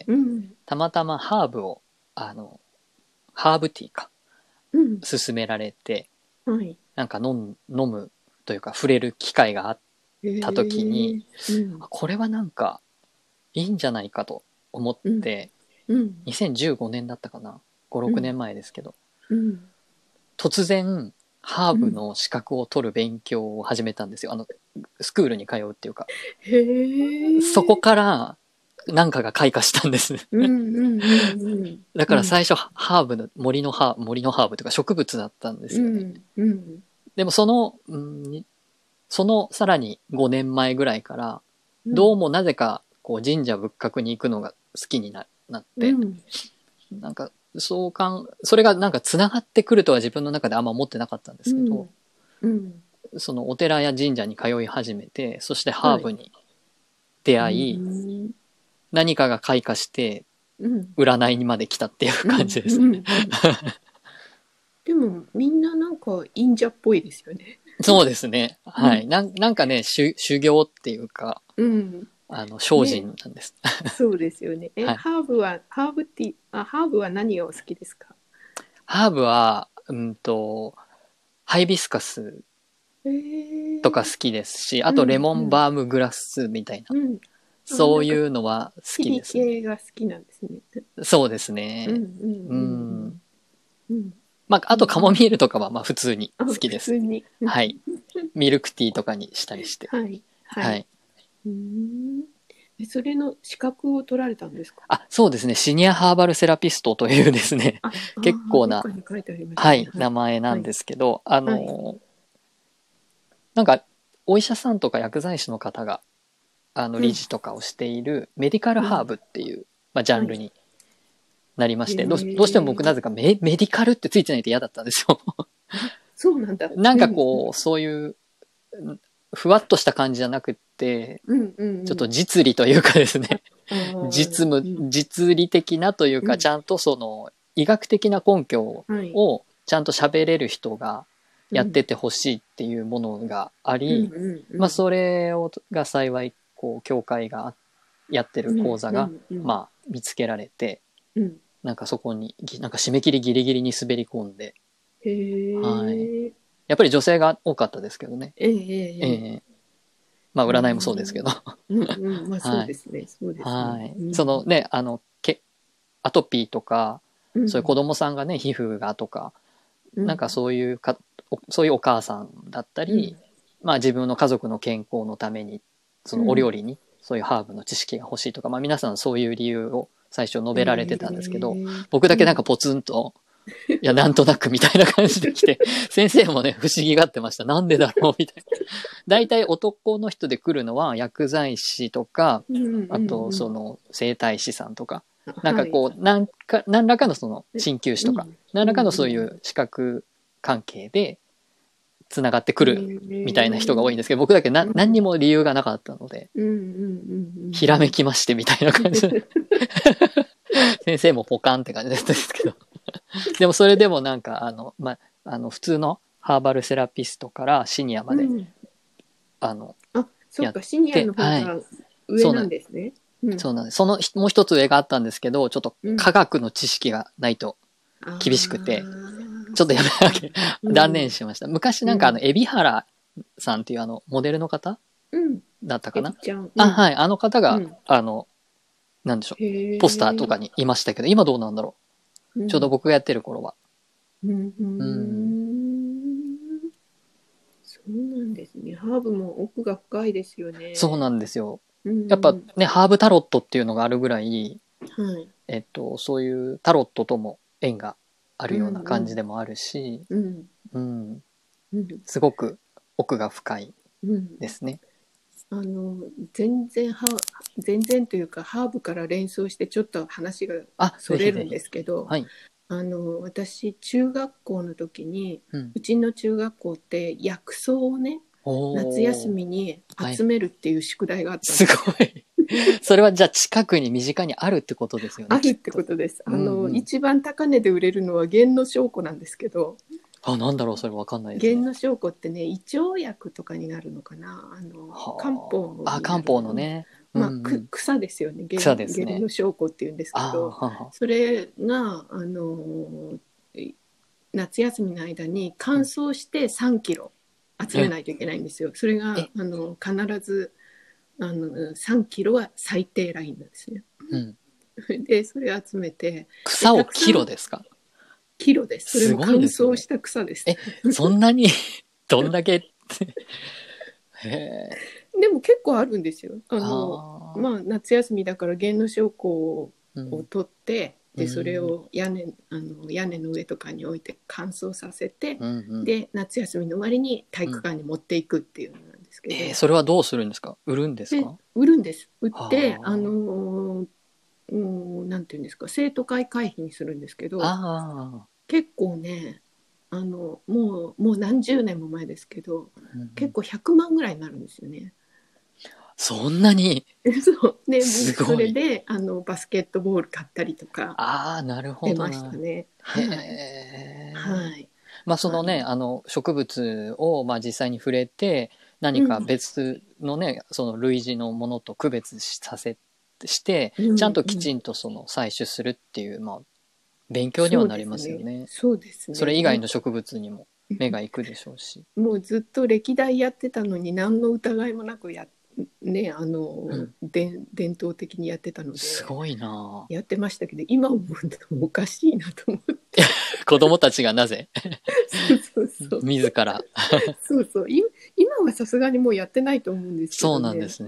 うんたまたまハーブを、あの、ハーブティーか、 うん勧められて、 はいなんか飲む、飲むというか触れる機会があった時に、 ええうんあこれはなんかいいんじゃないかと思っうんて、 うんにせんじゅうごねんだったかな、ご、ろくねんまえですけど、 うん突然ハーブうんの資格を取る勉強を始めたんですよ。あの、スクールに通うっていうか。 へえそこからなんかが開花したんです。 うんうんうんうんだから最初、ハーブの、森のハーブ、森のハーブというか植物だったんですよね。 うんうんでもその、うんそのさらにごねんまえぐらいから、 うんどうもなぜかこう神社仏閣に行くのが好きにななって、 うんなんかそうかん、それがなんか繋がってくるとは自分の中であんま思ってなかったんですけど、 うんそのお寺や神社に通い始めて、そしてハーブはいに出う会い、 ん何かが開花してうん占いにまで来たっていう感じですね。 うんうんうんでもみんななんか忍者っぽいですよね。 そうですね。はい。なんなんかね、修修行っていうか、 うんあの、精ね、 進なんです。 そうですよね。え、 はい。 ハーブはハーブティーあハーブは何がお好きですか？ ハーブは、うんと、ハイビスカスえー、 とか好きですし、あうんとレモうんンバームグラスみたいな、 うん。あ、なんかそういうのは好チリきですね。 系が好きなんですね。 そうですうんうね。うんうんん。 うんうんまあ、あとカモミうん。 ールとかはまあ普通にあ、 好きです。 普通に。 はい。ミルクティーとかにしたりして。 はいはい。 はい。 うーん。え、それの資格を取られたんですか？ あ、そうですね。シニアハーバルセラピストというですね、 あ、あ結ー、 構な、 どっかに書いてありましたね。 はい、名はい前なんではいすけど、あはい。 の、なんか、お医者さんとか薬剤師の方が、あの、 うん。 理事とかをしているメディカルうん。 ハーブっていう、まあ、ジャはい。 ンルになりまへして、どうしどうしても僕なえ。 ぜかメメディカルってついてないと嫌だったんですよ。 あ、そうなんだ。 なんうんかこう、そういう、ふわっとした感じじゃなくって、 うんうんちょっとうん。 実利というかですね、 ああ、 実務、 うん実利的なというか、ちうん。 ゃんとその、医学的な根拠はい。 をちゃんと喋れる人がやってうんてほしいっていうものがあり、 うんうんうまあ、 んそれをが幸い、こう、教会がやってるうんう講座が、 んうんまあ、見つけられて、 うんなんかそこに、ぎなんか締め切りギリギリに滑り込んで、 へはい。 え。 やっぱり女性が多かったですけどね。 えええええええ。 えまあ、 う占いもそうですけんど。 うんうん。まあそうはい。 ですね。そうですね。 はい。 うんそのね、あの、け、アトピーとか、そういう子うん供さんがね、皮膚がとか、なんかうんそういうか、おそういうお母さんだったり、 うんまあ自分の家族の健康のために、そのお料うん。 理にそういうハーブの知識が欲しいとか、まあ皆さんそういう理由を最初述べられてたんですけど、 ええ。 僕だけなんかうん。 ポツンと、いや、なんとなくみたいな感じで来て、先生もね、不思議がってました。なんでだろうみたいな。大体男の人で来るのは薬剤師とか、 うんうんあとうん。 その整体師さんとか、なんはい。 かこう、なんか、何らかのその鍼灸師とか、 うん何らかのそういうんう資格関係で繋がってくうん。 るみたいな人が多いんええ。 ですけど、僕だけな何にうんも理由がなかったので、 うんうんうんひらめきましてみたいな感じで、先生もポカンって感じだったんですけど。でもそれでもなんか、あの、ま、あの、普通のハーバルセラピストからシニアまで、 うん。 あの、 あ、そやっっか、シニアて、 の方はい。 が上なそうなん、 んですね。うん。 そうなんです。その、もう一つ上があったんですけど、ちょっとうん。 科学の知識がないとあ厳しくて、 あ、 ちょっとそっか。 やめなきゃ、 う断念ん。 しました。昔なんかあの、 うん。 海老原さんっていうあの、モデルの方うん。 だったかな。 エビちゃん。うあ、 ん。 はい。あの方が、 うん。 あの、なんでしょう。 へポスターとかえ。 にいましたけど、今どうなんだろう。ちょうどうん。 僕がやってる頃は。 うん。ううん。 ん。そうなんですね。ハーブも奥が深いですよそうなね。 んですよ。 うやっぱん。 ね、ハーブタロットっていうのがあるぐらい、 はい。 えっと、そういうタロットとも縁があうるような感じん。 でもあるし、 うん。 うん。 うん。 すごく奥が深いうん。 ですね。 あの、全然ハ、全然というか、ハーブから連想してちょっと話があ、 それるんでぜひぜひ。 すけど、 はい。 あの、私、中学校の時に、 うん。 うちの中学校って薬草をね、 夏休おー。 みにはい。 集めるっていう宿題があったんすですよ。 ごい。それはじゃあ近くに身近にあるってことですよね、 あるってきっと。 ことです。あうんの、 うん。 一番高値で売れるのは源の証拠なんですけど、 あ、なんだろう、それわかんないですね。 源の証拠ってね、胃腸薬とかになるのかな。あの、漢はあ。あ、 方にな漢るのかな。 方のね。うまあ、 んうん。 く草ですよね。 草源、 ですね。 源の証拠っていうんですああ、 けど、 はは。 それが、あの、夏休みの間に乾うん。 燥してさんキロ集めえ、 ないといけないんですよ。それが、 え、 あの、必ず、あの、さんキロは最低ラインなんですね。 うん。 で、それを集めて、で、 草をキたくさんロですか？ キロです。それもすごい乾ですね。 燥した草です。 え、そんなにどんだけってへえ。 でも結構あるんですよ。あの、 ああ、 まあ、夏休みだから源の証拠をうん。 取って、 うで、それん。 を屋根、あの、屋根の上とかに置いて乾燥させて、 うんうん。 で、夏休みの終わりに体うん。 育館に持っていくっていうのなんですけえー、 ど、 それはどうするんですか？売るんですで、 か？ 売るんです。売って、あはの、うん、なんていうんですか、生徒会会費にするんですけあ。 ど、 ああ。 結構ね、あの、もう、もう何十年も前ですけど、 うんうん。 結構ひゃくまんぐらいになるんですよね。 そんなにそう。で、みそすごい。 れで、あの、バスケットボール買ったりとかああ、なるほ出ましたどな。 ね。 へはい。 え。 はい。 まあそのね、 あの、 あの植物をまあ実際に触れて何かうん、 別のね、その類似のものと区別させしてうん、 ちゃんとうん。 きちんとその採取するっていう、まあ勉強にそうはなりですね。 ますよね。 そうですそれね。なんか、 以外の植物にも目が行くでしょうし。 もうずっと歴代やってたのに、何の疑いもなくや、ね、あの、 うん。 で伝統的にやってたので、 すごいなやってましたけど、今思うとおかしいなと思って。 あ。子供たちがなぜそうそうそう。 自らそうそう。い今はさすがにもうやってないと思うんですけどね。 そうなんですうん、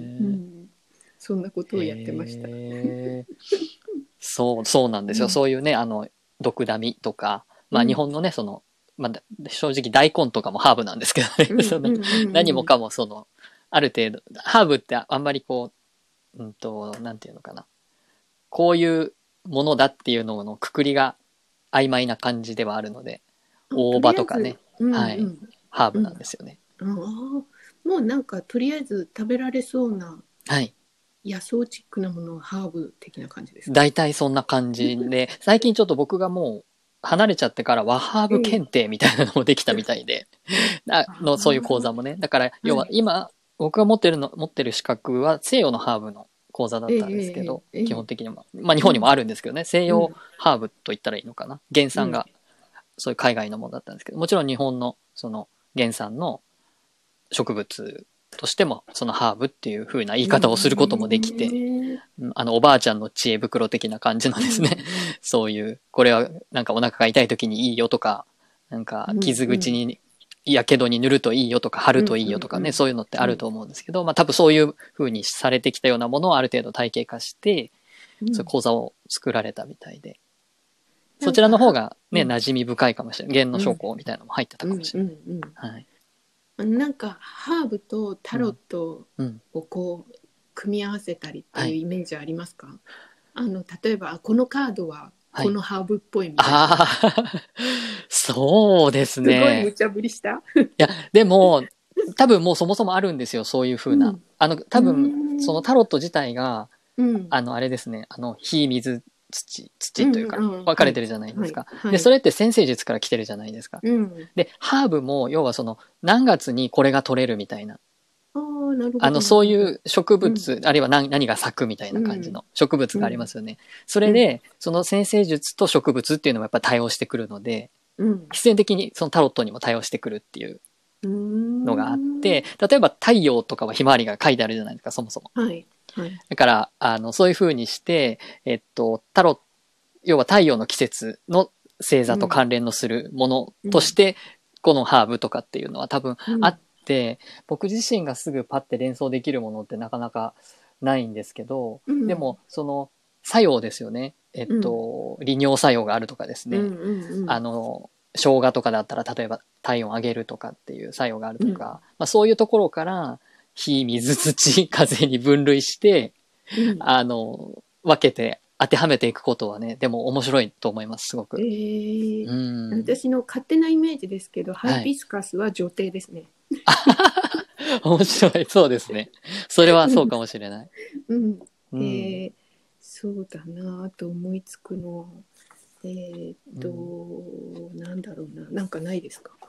うね。 ん。そんなことをやってました。 へえ。そう、そうなんですよ。 うん、 そういうね、あの、ドクダミとか、まあ日うん、 本のね、その、まあ正直大根とかもハーブなんですけどね、 うん、 その、 うん、うん、うん。 何もかもその、ある程度、ハーブってあんまりこう、うんと、なんていうのかな。こういうものだっていうののくくりが曖昧な感じではあるので、 あ、と大葉とかね、 りあえず、うん、 はい、 うん、 ハーブなんうん。 ですよね。 ああ、もうなんかとりあえず食べられそうなはい。 野草チックなものはハーブ的な感じですか？ 大体そんな感じで、最近ちょっと僕がもう離れちゃってからワハーブええ。 検定みたいなのもできたみたいで、ああの、そういう講座もね。だから、 あ、 要はい。 は今、僕が持ってるの、持ってる資格は西洋のハーブの講座だっええ、 たんですけど、 ええ、ええ。 基本的には。まあ日うん、 本にもあるんですけどね、西洋うん、 ハーブと言ったらいいのかな。原うん、 産が、そういう海外のものだったんですけど、もちろん日本の、その、原産の植物としても、そのハーブっていう風な言いうん。 方をすることもできて、 ねあの、おばあちゃんの知恵袋的な感じのえ。うですね、 ん、 そういう、これはなんかお腹が痛い時にいいよとか、なんかうん、 傷うん、 口に、やけどに塗るといいよとか、貼るとうん、 いいよとかね、 うん、 そういうのってあうん、 ると思うんですけど、まあ多分そういう風にされてきたようなものをある程度体系化して、そういううん。 講座を作られたみたいで、そちらの方なんかは、 がね、 うん、 馴染み深いかもしれない。弦のうん、 証拠みたいなのも入ってたうん、 かもしれうん、うん。 ない。はい。 なんかハーブとタロッうん。 トうん。 をこう組み合わせたりっていうはい。 イメージありますか？あの例えばこのカードははい。 このハーブっぽいみたいな。 ああ、そうですすごい無ね。 茶ぶりした。 いや、でも、多分もうそもそもあるんですよ、そういう風な。 うん。 あの、 うー多分、そのん。 タロット自体が、 うん。 あの、あれですね、あの、火、水、土、 うん。 土というか、 うん。はい。 分かれてるじゃないではい。 すか。で、 はい。 それって占星術から来てるじゃないですか。 うん。 で、ハーブも、要はその、何月にこれが取れるみたいな。 ああ、なるほど、 あの、 なるほど。 そういう植うん。 物、あるいは何何が咲くみたいな感じうん。 の植物がありまうん。 すよね。そうん。 れで、その占星術と植物っていうのもやっぱり対応してくるので、 うん。 必然的にそのタロットにも対応してくるっていううーのがあっん。 て、例えば太陽とかはひまわりが書いてあるじゃないですか、そもそも。 はい。はい。 だから、あの、そういう風にして、えっと、タロット、要は太陽の季節の星座とうん。 関連のするものうん。 として、このハーブとかっていうのは多分あっうん。 て、僕自身がすぐパッて連想できるものってなかなかないんですけど、 うん。 でも、その、作用ですよね。えっうん。 と、利尿作用があるとかですうん。 ね。 うん。 あの、生姜とかだったら、例えば体温上げるとかっていう作用があるうん。 とか、まあそういうところから、火、水、土、風に分類して、 うん。 あの、分けて当てはめていくことはね、でも面白いと思います、すごく。 ええ。 うん。 私の勝手なイメージですけど、ハイはい。 ビスカスは女帝ですね。 面白い。そうですね。それはそうかもしれない。 うんうん。 でそうだなあと思いつくのはえーっと、 うん、 なんだろうな、なんかないですか？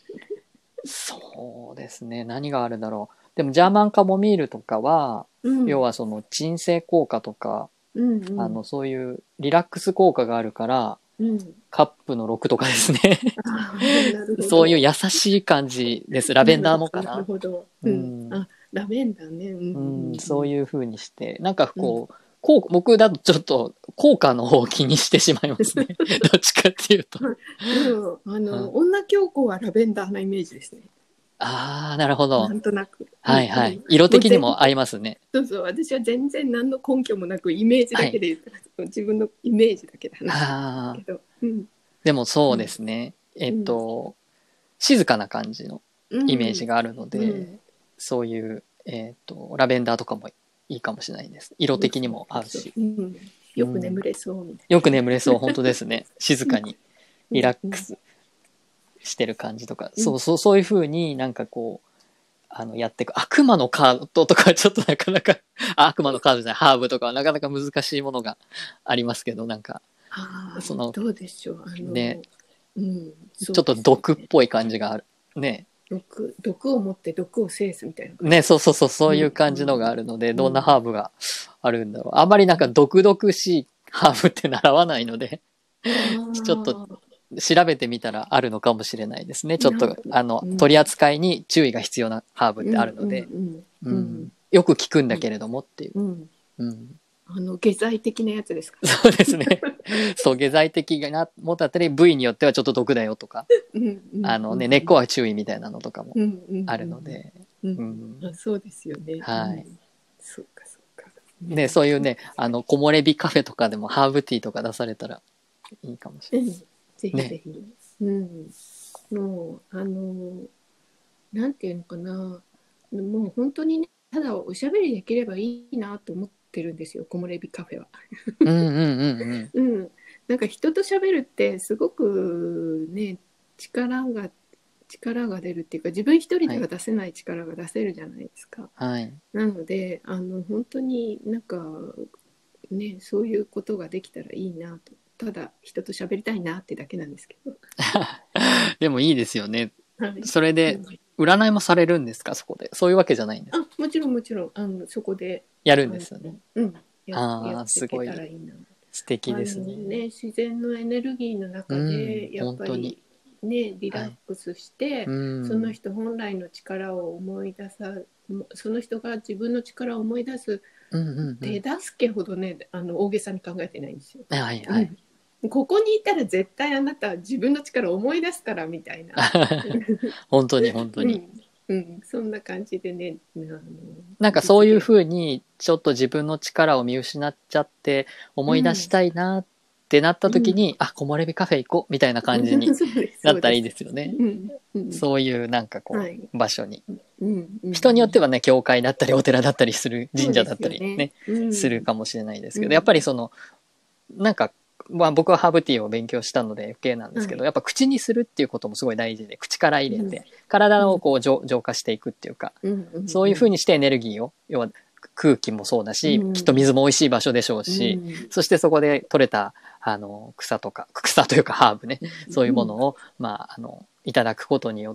そうですね。何があるだろう。でもジャーマンカモミールとかは、 うん、 要はその鎮静効果とか、 うん、うん、 あの、そういうリラックス効果があるから、 うん。 カップのろくとかですね。 ああ、なるほど。 そういう優しい感じです。ラベンダーなるほど、なるもかな。 ほど。 ううん。 ん。 あ、ラベンダーね。うん、 うん、 うん、 そういう風にして、なんかうん。うん。 こう、こう、僕だとちょっと効果の方を気にしてしまいますね。どっちかっていうと。 はい。うん、あの、 うん、 女教皇はラベンダーなイメージですね。 ああ、なるほど。 なんとなく。うん、あの、 はいはい。色もう全、 的にも合いますね。 そうそう、私は全然何の根拠もなくイメージはい。 だけで言ったら、自分のイメージだけで話してああ、 るけど。うん、 でもそうでうん、 すね。えっうん、 と、静かな感じのうイメージん、 があるので、 うん。 そういう、えっと、ラベンダーとかもいいかもしれないです。色的にそうも合うそう、 し。 うん、よくうん。 眠れそうみたいよく眠れそう、本当ですね。静な。 かにうん、 リラッうん、 クスしてる感じとか。 うん。 そうそう、そういう風になんかこう、あの、やっていく。悪魔のカードとかはちょっとなかなか、あ悪魔のカードじゃない、ハーブとかはなかなか難しいものがありますけど、なんか、 ああ、 その、 どうでしょう。あね、 の、うん、そちょっとうです毒っね。 ぽい感じがある。ね。 毒、毒を持って毒を制すみたいな感ね、 じ。 そうそうそう、そういううん、 感じのがあるので、どんなうん、 ハーブがあるんだろう。あんまりなんか毒々しいハーブって習わないので、 あちょっとあ、 調べてみたらあるのかもしれないですね。ちょっと、 なんか、 あの、 うん、 取り扱いに注意が必要なハーブってあうん、うん、 るので、 うん、 ううん、 ん、 よく聞くんうん、 だけれどもっていう。 うん。 うん、 あの、下剤的なやつですかね。 そうですね。そう、下剤的なものだったり、部位によってはちょっと毒だよとか、 うん、うん、うん、 あのね、根っこは注意みたいなのとかもうん、うん、 あるうん、 ので、 うん、 ううん。あ、 ん、 そうですよね。うはい。 ん。そうか、そうか。 で、 ね。 そういうね、あの、木漏れ日カフェとかでもハーブティーとか出されたらいいかもしうん、ぜれない。ね。 ひぜひ。うん。もう、あの、なんていうのかな。もう本当にね、ただおしゃべりできればいいなと思ってるんですよ、木漏れ日カフェは。 うんうんうんうん。 うん。なんか人と喋るってすごくね、力が、力が出るっていうか、自分一人はい。 では出せない力が出せるじゃないですか。 はい。 なので、あの、本当になんか、ね、そういうことができたらいいなと。ただ人と喋りたいなってだけなんですけど。 でもいいですよね。 はい。 それで、 うん、 占いもされるんですか、そこで。そういうわけじゃないんですか。 あ、もちろんもちろん、あの、そこで、 やるんあの、 ですよね。 うん、や、やっああ、 ていけすごいたらいいな。 素敵あのですね。 ね、自然のエネルギーのう中ん、 で、やっ本当に。 ぱりね、リラッはい。 クスして、 うそのん。 人本来の力を思い出さ、その人が自分の力を思い出すうんうんう手ん。 助けほどね、あの大げさに考えてないんですよ。 はいはい。 うん、ここにいたら絶対あなたは自分の力を思い出すからみたいな。 本当に本当に。 うん、うん、そんな感じでね、あのなんかそういうふ実現。 うに、ちょっと自分の力を見失っちゃって思い出しうん、 たいなってなったうん、 時に、あ、木漏れ日カフェ行こうみたいな感じにそうです、 なったらいいそうです。 ですよね。 うん、うん、 そういうなんかこはい。 う、場所に。 うん、うん、 人によってはね、教会だったりお寺だったりする、神社だっそうですよね。 たりね、 うん、 するかもしれないですけど、やっぱりうん、 その、なんか、まあ僕はハーブティーを勉強したので余計なんですけど、 はい。 やっぱ口にするっていうこともすごい大事で、口からうん、 入れて、体うん、 をこう浄浄化していくっていうか、 うん、うん、 そういううん、 風にしてエネルギーを、要は空気もそうだうし、きっとん、 水も美味しい場所でしょううし、 ん、 そしてそこで採れた、あの、草とか、草というかハーブね、そういうものを、まあ、あの、いただくことによって、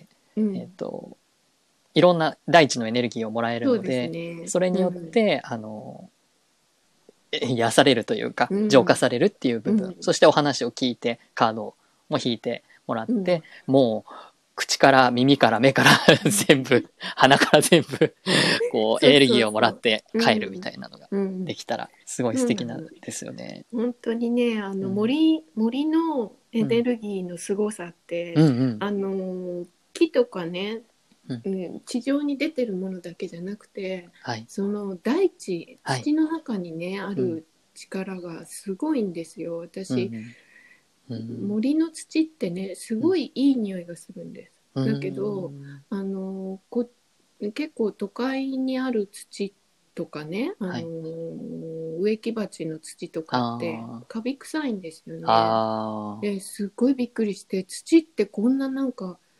えっうん、 と、いろんな大地のエネルギーをもらえるそうですので、 ね。 それによっうん、 て、あの、癒されるというか、 うん、 浄化されるっていう部分、 うん、 そしてお話を聞いて、カードも引いてもらっうん、 て、もう、口から耳から目から全部、鼻から全部、こう、 そうエネルギーをもそうそう。 らってう帰るみん、 たいなのがうん、 できたら、すごい素敵なんそうなの。 ですよね。 本当にね、あのうん。 森、森のエうん。 ネルギーの凄さって、 うんうん。 あの木とかね、 うん。 うん、地上に出てるものだけじゃなくて、 はい。 その大地、 はい。 土の中にね、あうん。 る力がすごいんですよ。私、 うんうん。うん。 森の土ってね、すうん。 ごいいい匂いがするんです。 うだけど、 ん。 あのこ結構都会にある土とかね、あはい。 の植木鉢の土とかってあカビ臭いんですよあ。 ね。 ああ。 ですっごいびっくりして、土ってこんななんか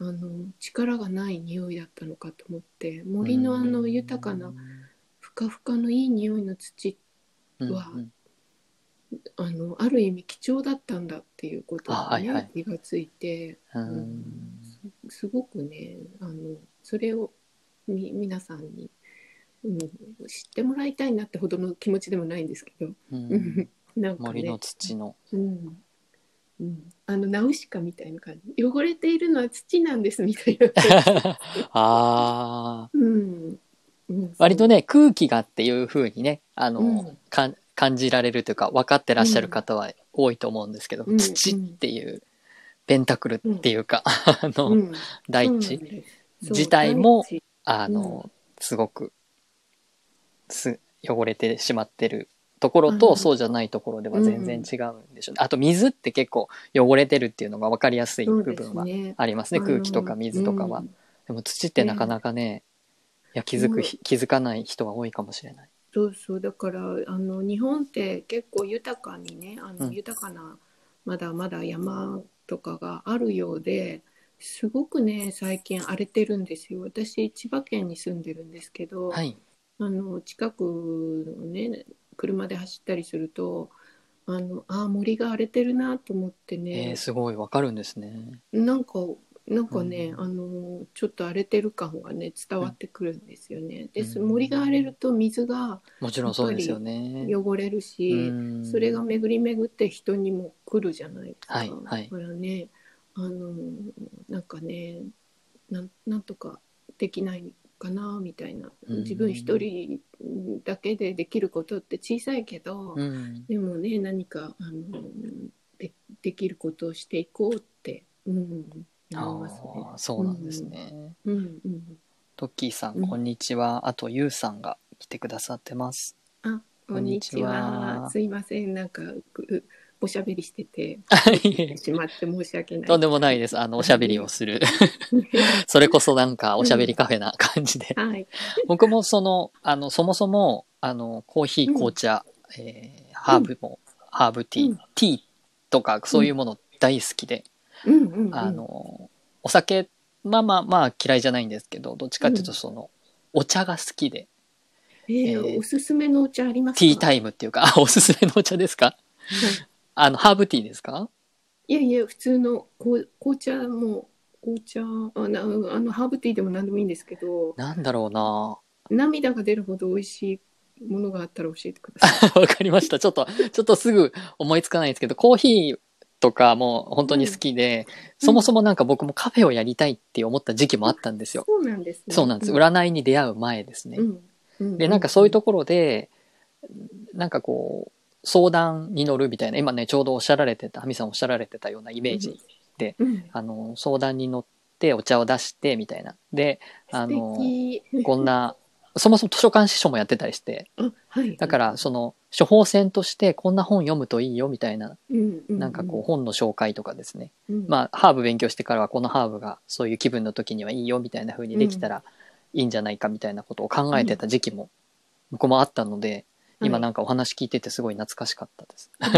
あの力がない匂いだったのかと思って、森のあの豊かなふかふかのいい匂いの土は、 うんうん、 あのある意味貴重だったんだっていうことあ、 にね、 はいはい。 気がついて、 ううん、 ん、 す、すごくね、あのそれをみ皆さんに、うん、知ってもらいたいなってほどの気持ちでもないんですけど、 うん、 なんか森のね、 土の。 うんうん、あのナウシカみたいな感じ、汚れているのは土なんですみたいな感じですね。 ああ、 うんうん、そう、 割とね、空気がっていう風にね、あの、 うんかん感じられるというか、分かってらっしゃるうん方は多いと思うんですけど、 うん土っうんていう、ペンタクルっうんていうか、あの、 うん、そうなん大地です。そ自う、 体も、 大地。 あうん、 の、すごくす汚れてしまってるところと、 あの、 そうじゃないところではう全然ん、 違うんでしょうね。あと、水って結構汚れてるっていうのが分かりやすいそうで部分はすね。 ありますね。 あ空気とかの、う水とかは。 ん、 でも土ってなかね、 なかね、いや、気づくそう、 ひ、気づかない人は多いかもしれない。 そうそう、だから、あの、日本って結構豊かにね、あの、 うん。 豊かな、まだまだ山とかがあるようで、すごくね、最近荒れてるんですよ。私、千葉県に住んでるんですけど、 はい。 あの近くのね、車で走ったりすると、あのあ森が荒れてるなと思ってえー、 ね、 すごい、わかるんですね。 なんかなんうん。 かね、あのちょっと荒れてる感がね伝うん。 わってくるんですよね。 うです森が荒れるん、 と水がもちろんやっぱりそうですよね。 汚れるうし、それがん。 巡り巡って人にも来るじゃないですか。 はい、はい。 だからね、あのなんかね、なんなんとかできないかなみたいな、 う自分一ん。 人だけでできることって小さいけど、 うん。 でもね、何かあのでできることをしていこうって、うん、思いますね。 ああ、そううなんですんね。 うんうんトッキーさん、 うん。 こんにちは。あと、ゆうさんが来てくださってます。 あ、ここんにちんにちは。 は。 すいません、なんかくおしゃべりしてて途切れてはい。 しまって申し訳ないとんでです。はい。 もないです。あの、おしゃべりをね。 する。それこそなんか、おしゃべりうん。 カフェな感じで。 はい。 僕もその、あの、そもそも、あの、コーヒー、 うん紅茶、えー、 うんハーブも、ハーブティー、 うんティーとか、 うんそういうもの大好きで、 うんうんうあんの、お酒、まあまあまあ嫌いじゃないんですけど、どっちかっていうとうん。 その、お茶が好きで、 えー、おえー、 すすめのお茶ありますか？ ティータイムっていうか、あ、おすすめのお茶ですか？ はい。 あの、ハーブティーですか？ いやいや、普通のこう紅茶も、紅茶、あな、あの、ハーブティーでも何でもいいんですけど、 なんだろうな。 涙が出るほど美味しいものがあったら教えてください。 わかりました。ちょっと、ちょっとすぐ思いつかないんですけど、コーヒーとかも本当に好うん、 きで、そもそうん。 もなんか僕もカフェをやりたいって思った時期もああ、 ったんですよ。 そうなんですね。 そうなんです。 うん、 占いに出会う前ですね。 うん、うん、 で、なんかうん、うん。 そういうところで、なんかこう、相談に乗るみたいな、今ね、ちょうどおっしゃられてた、ハミさんおっしゃられてたようなイメージで、 うん、 あの、相談に乗ってお茶を出してみたいな。で、 素あの、 敵。 こんな、そもそも図書館司書もやってたりして、 あ、はい、はい。 だからその処方箋としてこんな本読むといいよみたいな、 うん、うん、 なんかこう本の紹介とかですね。 うん、 まあ、ハーブ勉強してからはこのハーブがそういう気分の時にはいいよみたいな風にうん、 できたらいいんじゃないかみたいなことを考えてうん、 た時期も僕もあったので、 はい。 今なんかお話聞いててすごい懐かしかったです。 うん、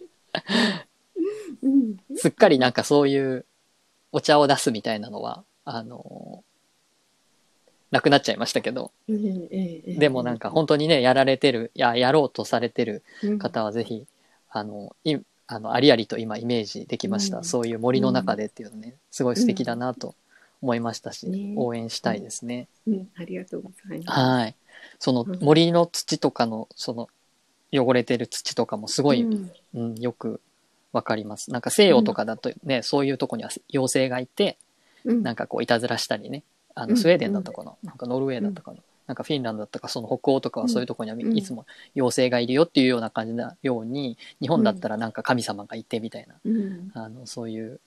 うん、 すっかりなんかそういうお茶を出すみたいなのは、あのなくなっちゃいましたけど、 ええええでもなんかええ本当にね、やられてる、いや、やろうとされてるうん、 方はぜひ、あの、い、あの、ありありと今イメージできました。 うん、 そういう森の中うん、 でっていうのね、すごい素敵だうん、 なと思いましたし、 ね、 応援したいうん、 ですね。 うん、ありがとうございます。 はい。そのうん、 森の土とかの、その汚れてる土とかもすごい、 うん、 うん、よくわかります。なんか西洋とかだとね、そういうとこには妖精がいて、 うん、 なんかこういたずらしたりね、あのスウェーうん、うん、 デンだったかな、なんかノルウェーうん、 だったかな、なんかフィンランドだったか、その北欧とかはうん、 そういうとこにはうん、 いつも妖精がいるよっていうような感じなように、日本だったらなんか神様がいてみたいな、 うん、 あのそういう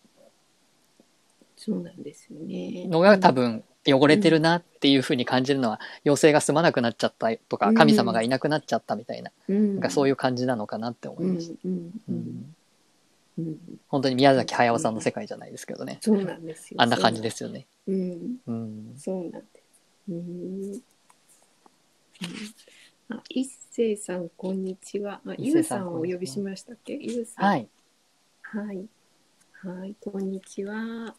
そうなんですよね。 のが多うん、 分汚れてるうん、 なっていう風に感じるのは、妖精が住まなくなっちゃったとうか神様がん、 いなくなっちゃったみたいな、 うなんかそういん、 う感じなのかなって思いました。 うん、うん、 ううん、 ん、 うん、 本当に宮崎駿さんのそうですね。 世界じゃないですけどね。 そうなんですよ。 あんな感そうなんです。 じですよね。 うん、 うん。 そうなんです。うん、あ、一星さん、こんにちは。あ、 伊勢さん、 ゆうさんこんにちは。 をお呼びしましたっけ？ゆうさん。 はい。 はい。はい、こんにちは。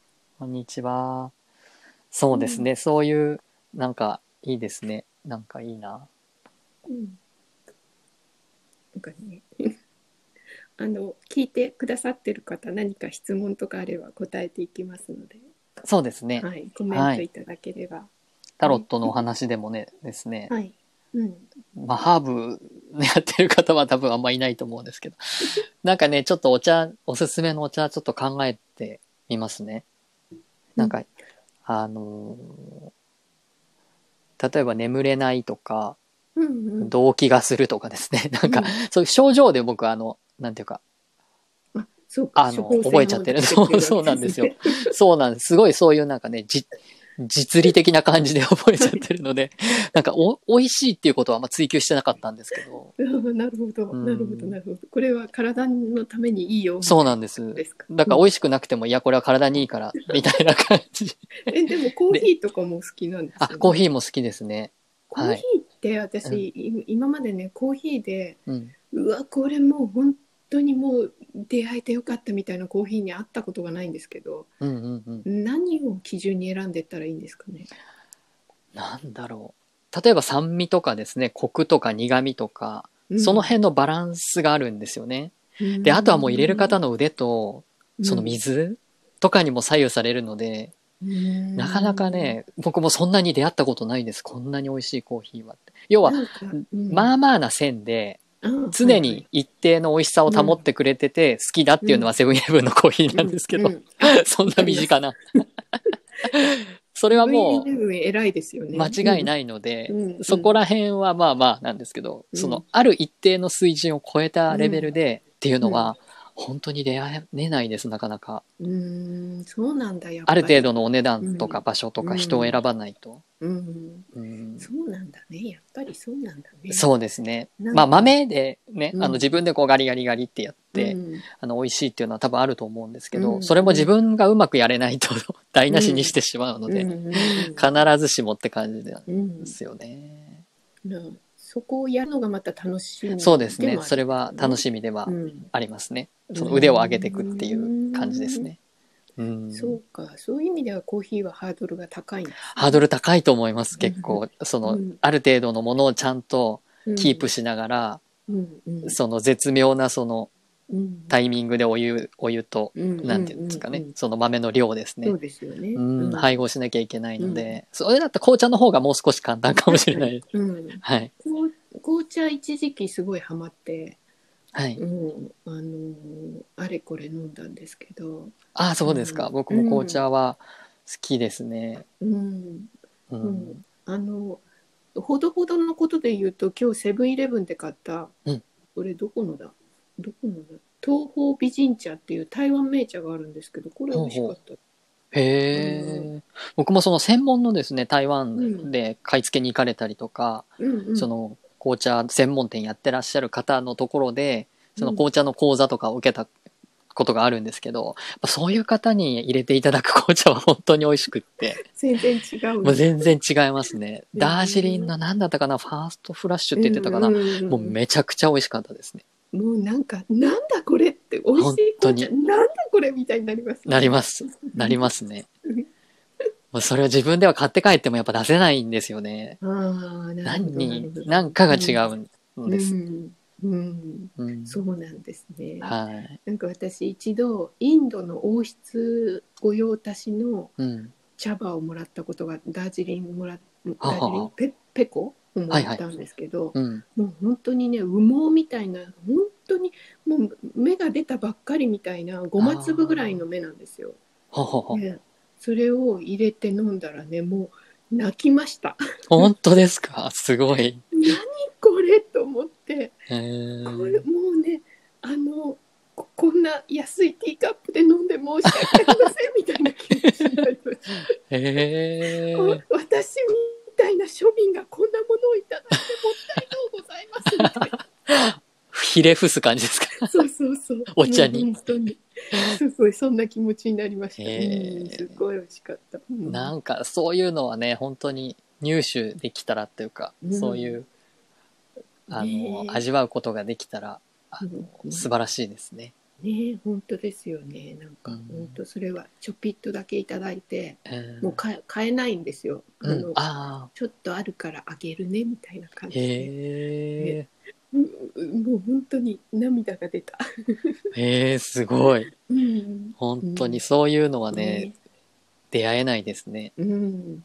こんにちは。そうですね、そういうなんかいいですね。なんかいいな。 うん、なんかねあの聞いてくださってる方、何か質問とかあれば答えていきますので、 そうですね。 はい、コメンはい。 トいただければ。 タロットのお話でもね、ですね。 はい、うん、 まあ、ハーブやってる方は多分あんまいないと思うんですけど。なんかね、ちょっとお茶、おすすめのお茶ちょっと考えてみますね。なんか、あのー例えば眠れないとか、 うんうん動悸がするとかですね。なんか、 うん、 そういう症状で僕あの、なんていうか、 あ、そうか、 あの、 処方覚えちゃってる。 箋を出してそう、 くれるわけそうなんですよ。 ですね。 そうなんです。すごいそういうなんかね、じ、実利的な感じで覚えちゃってるので、なんかお、美味しいっていうことはあんま追求してなかったんですけど、 なるほうど、なるほど、なん、 るほど。これは体のためにいいよみそうたいななんです。 ですか。 だから美味しくなくても、いや、これは体にいいから、みたいな感じえ、でもコーヒで、 ーとかも好きなんであ、 すよね。 コーヒーも好きですね。 コーヒはい。 ーってうん、 私、い今までね、コーヒーで、 うん、 うわ、これもう本当にもう出会えてよかったみたいなコーヒーに会ったことがないんですけど、 うん、うん、うん。 何を基準に選んでったらいいんですかね。 なんだろう。例えば酸味とかですね、コクとか苦味とか、 うん。 その辺のバランスがあるんですよね。 うで、あとはもう入れるん。 方の腕と、そのうん。 水とかにも左右されるので、 うなかなかん。 ね、僕もそんなに出会ったことないです。こんなに美味しいコーヒーはって。要は、 なんか、うん。 まあまあな線で、 あ、はいはい。 常に一定の美味しさをうん。 保ってくれてて、好きだっていうのうん。 はセブンイレブンのコーヒーうん。 なんですけど、 うん。あ、 そんなわかります。 身近な。それセブンイはもレブン偉いですようね。うん。 間違いないので、 うん。うそこん。 ら辺はまあまあなんですけど、そのうん。 ある一定の水準を超えたレベうん。 ルでっていううん。 のは、本当に出会えないです、なかなか。 うーん、そうなんだ、やっあるぱり。 程度のお値段とかうん。 場所とうか人を選ん。 ばないと。 うん。 うん、 そうなんだね。やっぱりそうなんだね。 そうですね。まあなんか、 豆でね、あのうん。 自分でこうガリガリガリってやって、 うん。 あの美味しいっていうのは多分あると思うんですけど、 うん。 それも自うん。 分がうまくやれないと台無しにしうん。 てしまうのうで、 ん。 必ずしもって感じなんうん。 ですよね。 なそこをやるのがまた楽しみそうですね。 でもあるんですそれはよね。 楽しみではうん。 ありますね。 うその腕を上げていくっていう感じですん。 ね。うん。 そうか。そういう意味ではコーヒーはハードルが高いんですハードね。 ル高いと思います、 うん。 結構。その、 うん。 ある程度のものをちゃんとうん。 キープしながら、 うん。うん。 その絶妙なそのうん。 タイミングでお湯、お湯と、 うん。うん。 なんていうんですかね。 うん。 その豆の量ですね。 そうですよね。ううん、配ん。 合しなきゃいけないうん。 ので、それだったら紅茶の方がもう少し簡単かもし確かに。 れない。 うん。 はい。 こう紅茶一時期すごいハマって、 はい。 うん、あのあれこれ飲んだんですけど、 ああ、そうですか。 うん、う僕も紅ん、 茶は好きですね。 うん、うん、 うん。 あのほどほどのことで言うと、今日セブンイレブンで買った、 うん。 これどこのだどこのだ東方美人茶っていう台湾銘茶があるんですけど、これ美ほうほう。 味しかった。あのへえ。僕もその専門のですね、台湾うん、 で買い付けに行かれたりとか、 うん、うん、 その紅茶専門店やってらっしゃる方のところで、そのうん、 紅茶の講座とかを受けたことがあるんですけど、やっぱそういう方に入れていただく紅茶は本当に美味しくって、 全然違うんだ。 もう全然違いますね。 えダージリンー、 の何だったかな、ファーストフラッシュって言ってたかな。 うん、うん、うん、 もうめちゃくちゃ美味しかったですね。 もうなんか、なんだこれって、美味し本い紅茶、 当になんだこれみたいになりますよね。 なります。なりますね。もうそれを自分では買って帰ってもやっぱ出せないんですよね。 ああ、なるほど、なる何に、 ほど。 何かが違うん、 うんうです。 ん、うん、 うん。 そうなんですね。 はい。 なんか私、一度、インドの王室御用達のうん。 茶葉をもらったことが、ダージリンもら、ダージリンははは。 ペ、ペコをもはいはい。 らったんですけど、 うん。 もう本当にね、羽毛みたいな、本当にもう芽が出たばっかりみたいな、ごま粒ぐらいのあ芽なんですよ。 あ。ははは。 ね、それを入れて飲んだらね、もう泣きました。 本当ですか？すごい。 何これと思って、 へこれえ。 もうね、あの、ここんな安いティーカップで飲んで申し訳ありませんみたいな気持ちになりました。 へえ。 私みたいな庶民がこんなものをいただいてもったいのうございますみたいな。 ひれ伏す感じですか？ そうそうそう。もうお茶に。 本当に。すごい、そんな気持ちになりました。うん、すへえ。 ごい美味しかった。うん。 なんかそういうのはね、本当に入手できたらっていうか、 うん。 そういうあの、 ねえ。 味わうことができたら、あうんの、 うん。 素晴らしいですね。 ね、本当ですよね。なんか、 うん本当それはちょぴっとだけいただいて、 えーもう買え、買えないんですよ。あうん、 の、 ああ、 ちょっとあるからあげるねみたいな感じで。ね、 へえ、 うもう本当に涙が出た。 へえ、すごい。 うん、 本当にうん、 そういうのはね、 ね、 出会えないですね。 うん、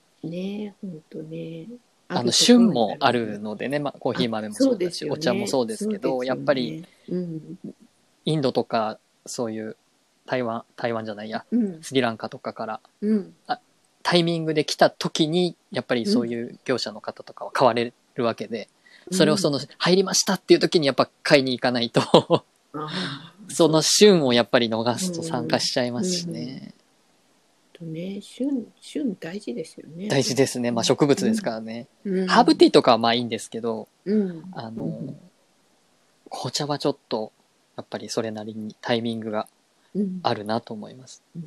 ね、本当ね、ああの、 るところにあ旬もあるのが。 るのでね、まあ、コーヒあ、 ー豆もそうでそうだし、お茶もすよね。 そうですけど、 そうですやっぱりよね。うん、 インドとか、そういう台湾、台湾じゃないや、 うん、 スリランカとかから、 うん、 あタイミングで来た時に、やっぱりうん、 そういう業者の方とかは買われるわけで、 うん。 それをその、入りましたっていう時にやっぱ買いに行かないとああ、 そのそうか。 旬をやっぱり逃うすと参加しん、 ちゃいまうすしん。 ね。 とね、旬、旬大事ですよね、 大事本ですね。まあ当に。 植物ですかうん、 らね。 うハーブティん、 ーとかはまあいいんですけど、 うん、 あの、 うん、 紅茶はちょっと、やっぱりそれなりにタイミングがうん、 あるなと思います。 うん。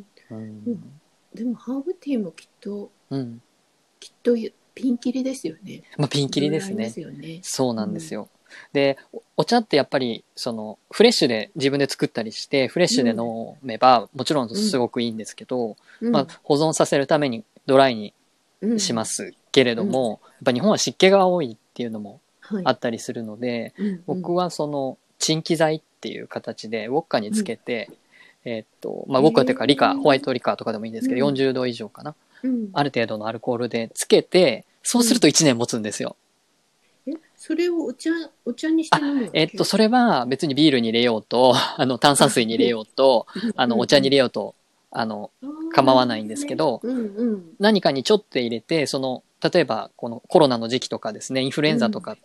ううん、 ん。 でも、ハーブティーもきっと、 うん。 きっとピンキリですよね。 まあピンキいろいろありまリですね。 すよね。 そううん、 なんですよ。で、おお茶ってやっぱり、その、フレッシュで自分で作ったりして、フレッシュでうん、 飲めば、もちろんうん、 すごくいいんですけど、まあうん、 保存させるためにドライにしまうん、 すけれうん。 ども、やっぱ日本は湿気が多いっていうのもはい。 あったりするので、 うん、うん、 僕はその、沈気剤っていう形でウォッカにうん。 つけて、えーっと、まあ、ウへォッカというかリカ、ホワイえ、 トリカーとかでもいいんですけど、 うん、 よんじゅうど以上かな。 うん、 ある程度のアルコールでつけて、そうするうん。 といちねん持つんですよ。 え、それをお茶、お茶にしてあ、 飲むわえっと、 け？ それは別にビールに入れようと、あの、炭酸あ、 水に入れようと、 うん、 あの、お茶にうん、うん。 入れようと、あの、 ああ、なるほ構わないんでどね。 すけど、 うん、うん、 何かにちょっと入れて、その、例えば、このコロナの時期とかですね、インフルエうん、 ンザとかって、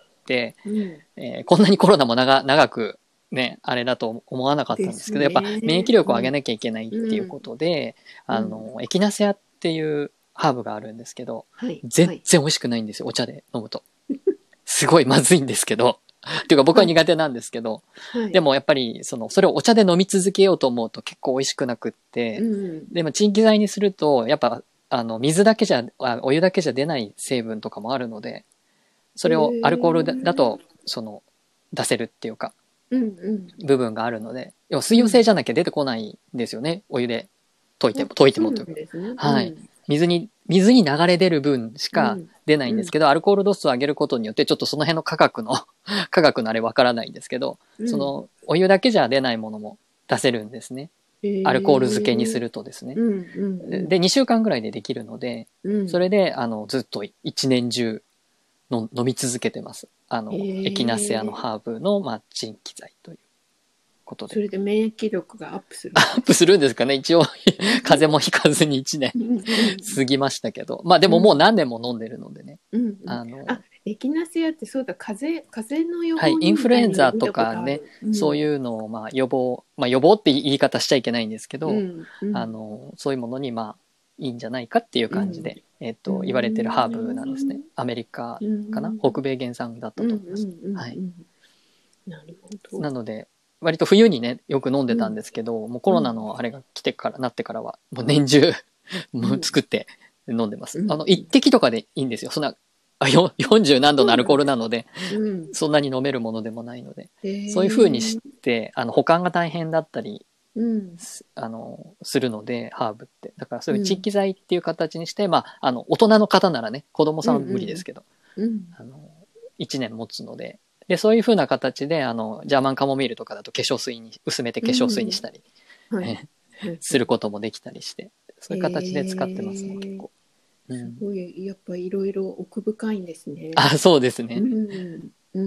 うん。 えーこんなにコロナも長長くね、あれだと思わなかったですんですけど、やっぱ免疫ね。 力を上げうん、 なきゃいけないっていううん、 ことで、 うん。 あの、エキナセアっていうハーブがあるんですけど、 はい、はい、 全然美味しくないんですよ、お茶で飲むと。すごいまずいんですけど。っていうか僕ははい、 苦手なんですけど、 はい。 でもやっぱり、その、それをお茶で飲み続けようと思うと結構美味しくなくっうて、 ん、 でも、チンキ剤にすると、やっぱ、あの、水だけじゃ、あお湯だけじゃ出ない成分とかもあるので、そへれをアルコールだだえ、 と、その、出せるっていうか、 うん、うん、 部分があるので、要は水うん。 溶性じゃなきゃ出てこないんですよね。お湯で溶いてあ、 も、溶いてそうなもというか。 んですね。うはい。 ん、 水に、水に流れ出る分しかうん、 出ないうん、 んですけど、アルコール度数を上げることによって、ちょっとその辺の科学の科学のあれわからないんですけど、 うん。 その、お湯だけじゃ出ないものも出せるんですね。 へアルコール漬けにすえ、 るとですね。 うん、うん、うん、 で、にしゅうかんぐらいでできるので、 うん。 それで、あの、ずっと一年中の飲み続けてます。あへの、エキナセアのえ、 ハーブの、まあ、鎮気剤ということで。 それで免疫力がアップするアわけですか？ ップするんですかね。一応、風邪もひかずにいちねんうん、うん、 過ぎましたけど。まあでももううん、 何年も飲んでるのでね。 うん、うん。あ、 あの、 エキナセアってそうだ、風邪、風邪の予はい、 防にみインフルたいなの見エンザとたことある。 かね、 うん、 そういうのをまあ予防、まあ予防って言い方しちゃいけないんですけど、 うん、うん、 あの、そういうものにまあいいんじゃないかっていううん、 感じで、えっうと、言われてるハーブなんですね。 ん、 アメリカうかな、 ん、 北米原産だっうん、うん、 たと思います。 うん、 はい。 うん。なるほど。 なので、割と冬にね、よく飲んでたんうん、 ですけど、もうコロナうん、 のあれが来てから、なってからは、もう年中もううん、 作って飲んでます。 うん、 あの、 うん。 一滴とかでいいんですよ。そんな、あよよんじゅう何度そうのアルコーなんですか。 ルなので、 うん。 そんなに飲めるものでもないので、 へそういう風にえ、 して、あの、保管が大変だったり、 うん、 すあの、するので、ハーブって。だからそういう鎮うん、 気剤っていう形にして、まあ、あの、大人の方ならね、子供うん、 さんは無理でうん、 すけど、 うん。 あの、いちねん持つので、で、そういう風な形で、あの、ジャーマンカモミールとかだと化粧水に、薄めてう化粧水にしん、 たり、 はい。はい、はい。 することもできたりして、そういう形で使ってますね、結へえ、 構。うすん。 ごい、やっぱいろいろ奥深いんですね。 あ、そうですうね。 ん、うん。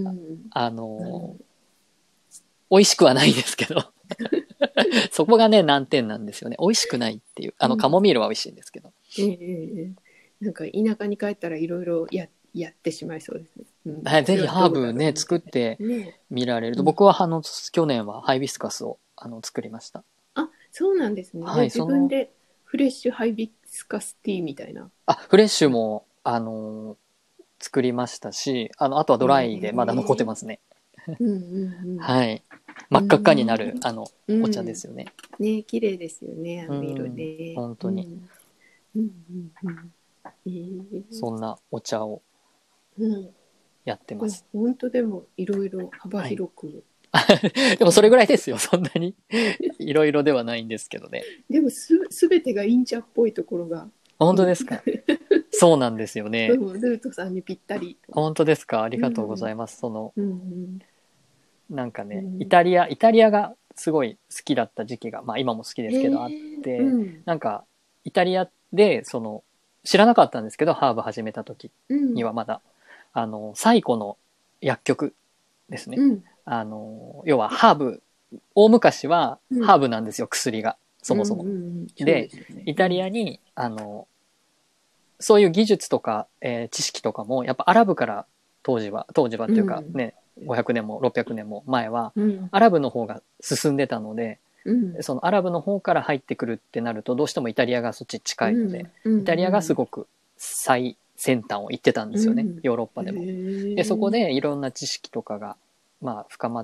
あなるほの、 ど。 美味しくはないですけど、そこがね、難点なんですよね。美味しくないっていう。あの、カうん。 モミールは美味しいんですけど。 ええ、ええ、なんか田舎に帰ったらいろいろや、やってしまいそうですね。うん。 はい、ぜひこれはどうだハーブね、 ろうみたい作ってな。ね。 みられると。 うん。 僕はあの、去年はハイビスカスをあの作りました。 あ、そうなんですね。で、 はい、 自その、 分でフレッシュハイビスカスティーみたいな。 あ、フレッシュも、あの、作りましたし、あの、あとはドライでまだ残ってへえ。 ますね。 うんうんはい。 うん。 真っ赤っかになる、 うーん。 あの、お茶でうん。 すよね。 ね、綺麗ですよね、あうの色ん、 ね。 本当に。 うん。うんうんうん。ええ、 そんなお茶をうん。 やってまうん、 す。 本当でもいろいろ幅はい。 広く。 でもそれぐらいですよ。そんなにいろいろではないんですけどね。 でもす、すべてが忍者っぽいところが。 本当ですか。そうなんですよね。 うん、ルートさんにぴったりと。 本当ですか。ありがとうございます。その、 うんうんなんかね、 うんイタリア、イタリアがすごい好きだった時期が、まあ今も好きですけどあっへーて、 うんなんか、イタリアで、その、知らなかったんですけど、ハーブ始めた時うんにはまだ、あの、最古の薬局ですね。 うんあの、要はハーブ、大昔はうんハーブなんですよ、薬が。そもそも。 うんうんうんでそうすよねイタリアに、あの、そういう技術とか、えー知識とかも、やっぱアラブから当時は、当時はっていうかね、ごひゃくねんもろっぴゃくねんも前は、 うんアラブの方が進んでたので、 うんそのアラブの方から入ってくるってなると、どうしてもイタリアがそっち近いので、 うんイタリアがすごく最先端を行ってたんですよね、 うんヨーロッパでも。で、そこでいろんな知識とかが、まあ、深まって、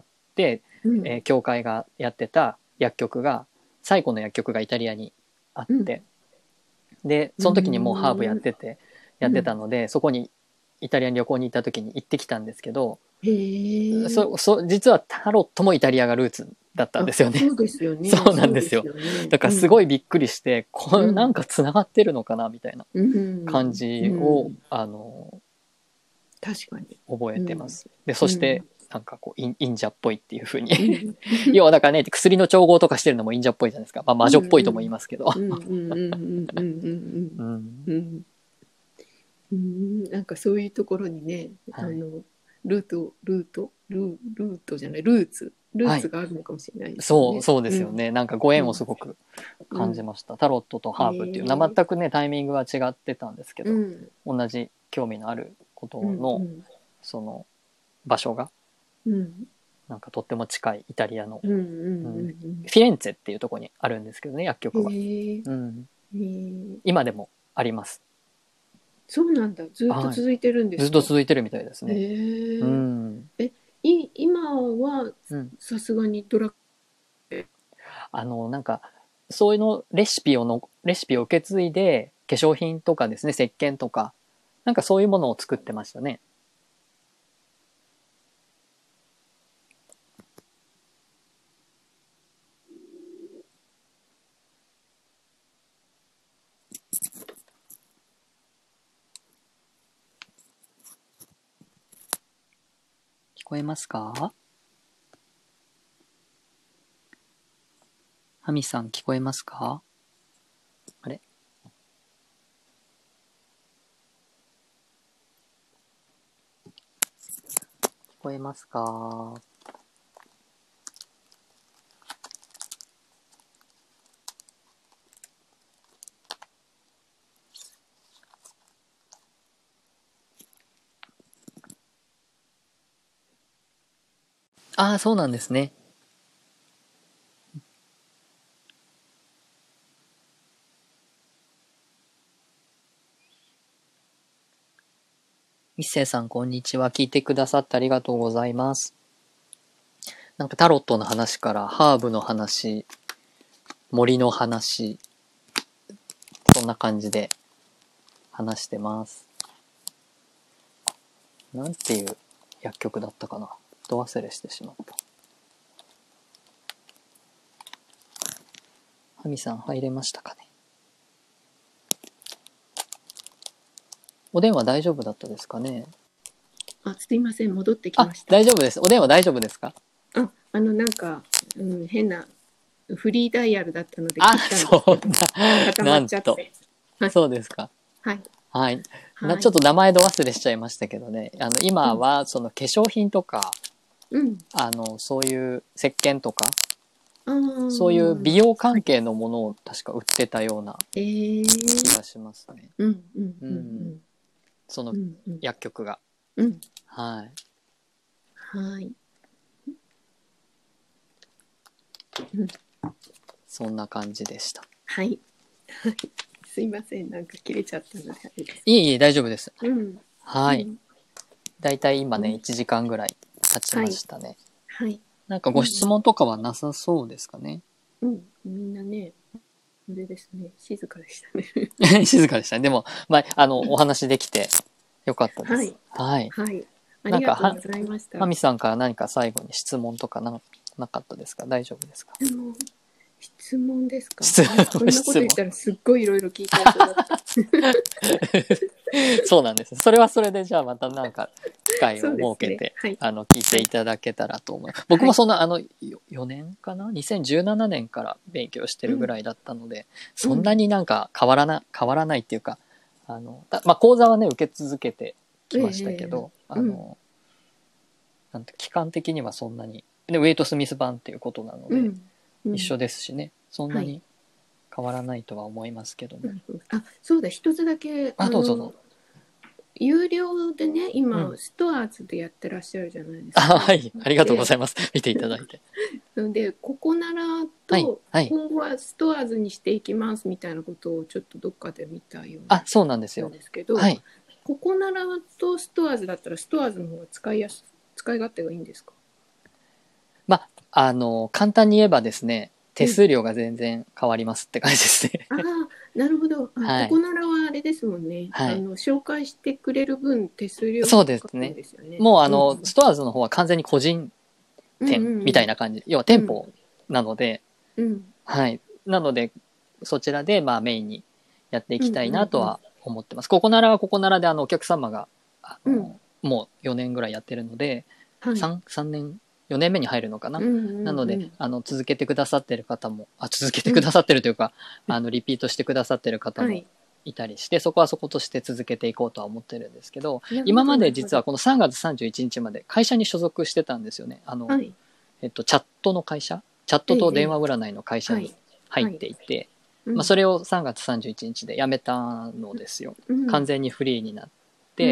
うんえー教会がやってた薬局が、最古の薬局がイタリアにあって、で、その時にもうハーブやってて、やってたので、そこにイタリアに旅行に行った時に行ってきたんですけど、 へえ。 そ、そ、実はタロットもイタリアがルーツだったんですよね。 そうですよね。 そうなんですよそうですよねだからすごいびっくりして、これうんなんか繋がってるのかなみたいなうん感じを、 うんあの、 確かに。 覚えてます。で、そして、なんかこう、イン忍者っぽいっていう風に。 うん要はだからね、薬の調合とかしてるのも忍者っぽいじゃないですか。まあ魔女っぽいとも言いますけど。 うんうんうんうんうんうんうんうんうんなんかそういうところにね、 はいあのルートルートルールートじゃないルーツルーツがあるのかもしれないですよね。 そう、そうですよね。なんかご縁をすごく感じました。タロットとハーブっていう、 へー全くね、タイミングは違ってたんですけど、 うん同じ興味のあることうんの、その場所が、 うんなんかとっても近いイタリアの、 うんうんうんフィレンツェっていうところにあるんですけどね、薬局は。 へえうん、 へえ今でもあります。 そうなんだ。ずっと続いてるんですか。 ずっと続いてるみたいですね。 へえうん。 い今はうん。 さすがにドラあの、なんか、そういうの、レシピをの、レシピを受け継いで、化粧品とかですね、石鹸とか、なんかそういうものを作ってましたね。聞こえますか？ハミさん聞こえますか？あれ？聞こえますか？ああ、そうなんですね。一星さん、こんにちは。聞いてくださってありがとうございます。なんかタロットの話からハーブの話、森の話、そんな感じで話してます。なんていう薬局だったかな。ど忘れしてしまった。ハミさん入れましたかね。お電話大丈夫だったですかね。 あすいません戻ってきあまし、た。 大丈夫です。お電話大丈夫ですか？ ああのなんか、うん、変なフリーダイヤルだったので切あ、 ったんですそけどん固な、なんと。 まっちゃって。はいそうですか。 はいはい。 はい。 なちょっと名前ど忘れしちゃいましたけどね。あの、今は、その化粧品とか、 うんあの、そういう石鹸とか、 あーそういう美容関係のものを確か売ってたようなえー、 気がしますね。 うんうんうんそのうんうん薬局が。 うんはい。 はいそんな感じでした。 はいはいすいませんなんか切れちゃったのであれです。 いえいえ、大丈夫です。 うんはい。 うんだいたい今ね、 うんいちじかんぐらい経ちましたね。 はいなんかご質問とかはなさそうですかね。 うんみんなねあれですね静かでしたね。 静かでしたね。でも、まあ、あの、お話できてよかったです。 はいはい。 はいあなんかはりがとうございました。 はみさんから何か最後に質問とかななかったですか？大丈夫ですか？ あの質問ですか？ 質問なんかこんなこと言ったらすっごいいろいろ聞いちゃいそうだった。 そうなんです。それはそれで、じゃあまたなんか機会を設けて、 ねはい、 あの聞いていただけたらと思います。はい、僕もそんなあのよねんかなにせんじゅうななねんから勉強してるぐらいだったので、うん、そんなになんか変わらな変わらないっていうか、あのまあ講座はね受け続けてきましたけど、えー、あの、うん、なんて期間的にはそんなにでウェイトスミス版っていうことなので、うんうん、一緒ですしね、そんなに変わらないとは思いますけども。はい、 あ、そうだ、一つだけあどうぞどうぞ。 有料でね今、うん、ストアーズでやってらっしゃるじゃないですか。 あ、はい、ありがとうございます。見ていただいて。 でここならと今後はストアーズにしていきますみたいなことをちょっとどっかで見たような、 あ、そうなんですよ。 ですけど、はい、ここならとストアーズだったらストアーズの方が使いやす使い勝手がいいんですか？ まああの簡単に言えばですね、手数料が全然変わりますって感じですね。 ああ、なるほど。あ、はい、ここならはあれですもんね。はい、あの紹介してくれる分手数料がかかるんですよね。もうあの、うん、ストアーズの方は完全に個人店みたいな感じ、うんうんうん、要は店舗なので、うん、はい、なのでそちらでまあメインにやっていきたいなとは思ってます。うんうんうん、ここならはここならであのお客様があの、うん、もうよねんぐらいやってるので、はい、3, 3年よねんめに入るのかな、うんうんうん、なのであの続けてくださってる方もあ続けてくださってるというか、うん、あのリピートしてくださってる方もいたりして、はい、そこはそことして続けていこうとは思ってるんですけど、今まで実はこのさんがつさんじゅういちにちまで会社に所属してたんですよね。あの、はい、えっと、チャットの会社チャットと電話占いの会社に入っていて、はいはい、まあ、それをさんがつさんじゅういちにちで辞めたのですよ、うん、完全にフリーになって、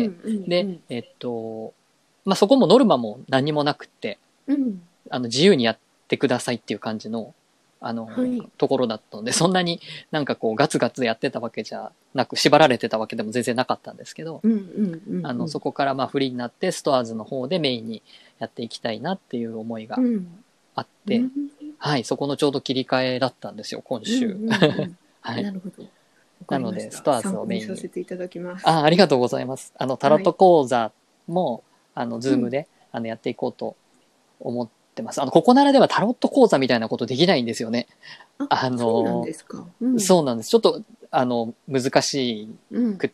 うんうんうん、でえっとまあそこもノルマも何もなくって、うん、あの自由にやってくださいっていう感じのあの、はい、ところだったので、そんなになんかこうガツガツやってたわけじゃなく、縛られてたわけでも全然なかったんですけど、うんうんうんうん、あのそこからまあフリーになってストアーズの方でメインにやっていきたいなっていう思いがあって、うん、はい、そこのちょうど切り替えだったんですよ今週。うんうんうん、はい、 なるほど。 なのでストアーズをメインに参考にさせていただきます。 あ、ありがとうございます。あのタロット講座も、はい、あのズームで、うん、あのやっていこうと思ってます。あのここならではタロット講座みたいなことできないんですよね。 あ, あのそうなんですか、 うん、そうなんです。ちょっとあの難しくって、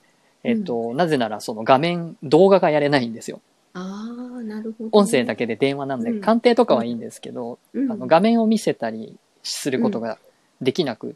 うん、えっと、なぜならその画面動画がやれないんですよ。 ああ、なるほど。 音声だけで電話なんで、うん、鑑定とかはいいんですけど、うん、あの画面を見せたりすることができなくって、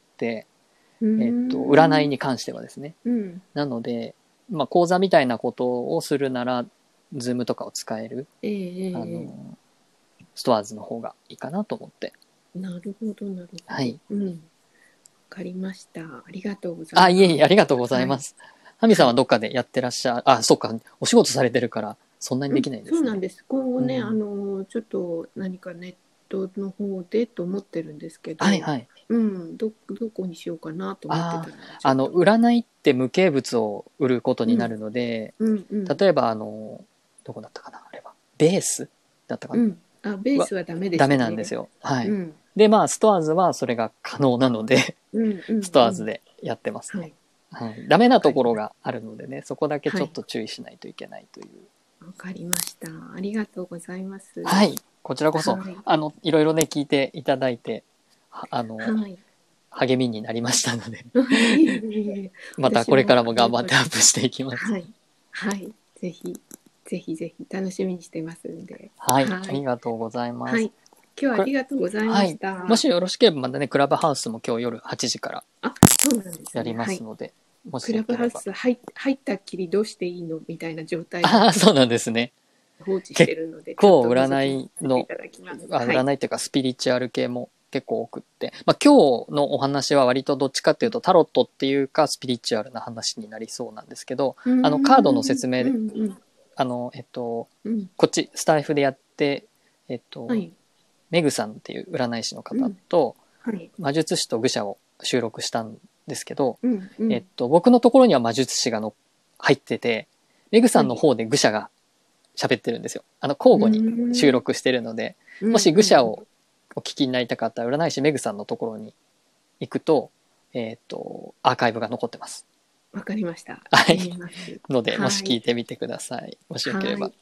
うん、えっと占いに関してはですね。うん、なので、まあ講座みたいなことをするなら、ズームとかを使える、えー、あのストアーズの方がいいかなと思って。 なるほどなるほど。はい。うん。わかりました。ありがとうございます。 あ、いえいえ、ありがとうございます。はみさんはどっかでやってらっしゃる、はい、あ、そっか、お仕事されてるからそんなにできないんですね。 うん、そうなんです。今後ね、うん、あのちょっと何かネットの方でと思ってるんですけど、はいはい。うん、どどこにしようかなと思ってたので、 ああの占いって無形物を売ることになるので、うんうんうん、例えばあのどこだったかなあれはベースだったかな、うん、 あベースはダメですよね。 ダメなんですよ。はい。うん、でまあストアーズはそれが可能なので、うんうんうん、ストアーズでやってますね。はいはい、ダメなところがあるのでね、そこだけちょっと注意しないといけないという。 わ、はい、かりました。ありがとうございます。 はい、こちらこそ、はい、あのいろいろね聞いていただいて、あの、はい、励みになりましたのでまたこれからも頑張ってアップしていきます。 はい、はい、ぜひぜひぜひ楽しみにしてますんで。 はい、はい、ありがとうございます。はい、 今日はありがとうございました。 はい、もしよろしければまたねクラブハウスも今日夜はちじからやりますので、はいもしクラブハウス入入ったっきりどうしていいのみたいな状態あそうなんですね。 放置してるので、 結構占いのあ占いっていうかスピリチュアル系も結構多くって、まあ、今日のお話は割とどっちかっていうとタロットっていうかスピリチュアルな話になりそうなんですけど、あのカードの説明で、うんうん、あのえっと、うん、こっちスタイフでやってえっと、はい、メグさんっていう占い師の方と、うんはい、魔術師と愚者を収録したんですけど、うんうん、えっと、僕のところには魔術師がの入ってて、メグさんの方で愚者が喋ってるんですよ。あの交互に収録してるので、うん、もし愚者をお聞きになりたかったら占い師メグさんのところに行くと、えっとアーカイブが残ってます。 わかりました。 はい。ので、はい、もし聞いてみてください。もしよければ。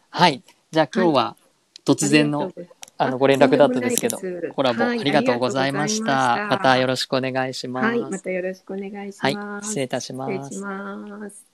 はい。じゃあ今日は突然の、あのご連絡だったんですけど、コラボありがとうございました。またよろしくお願いします。 はい、またよろしくお願いします。 はい、失礼いたします。 失礼します。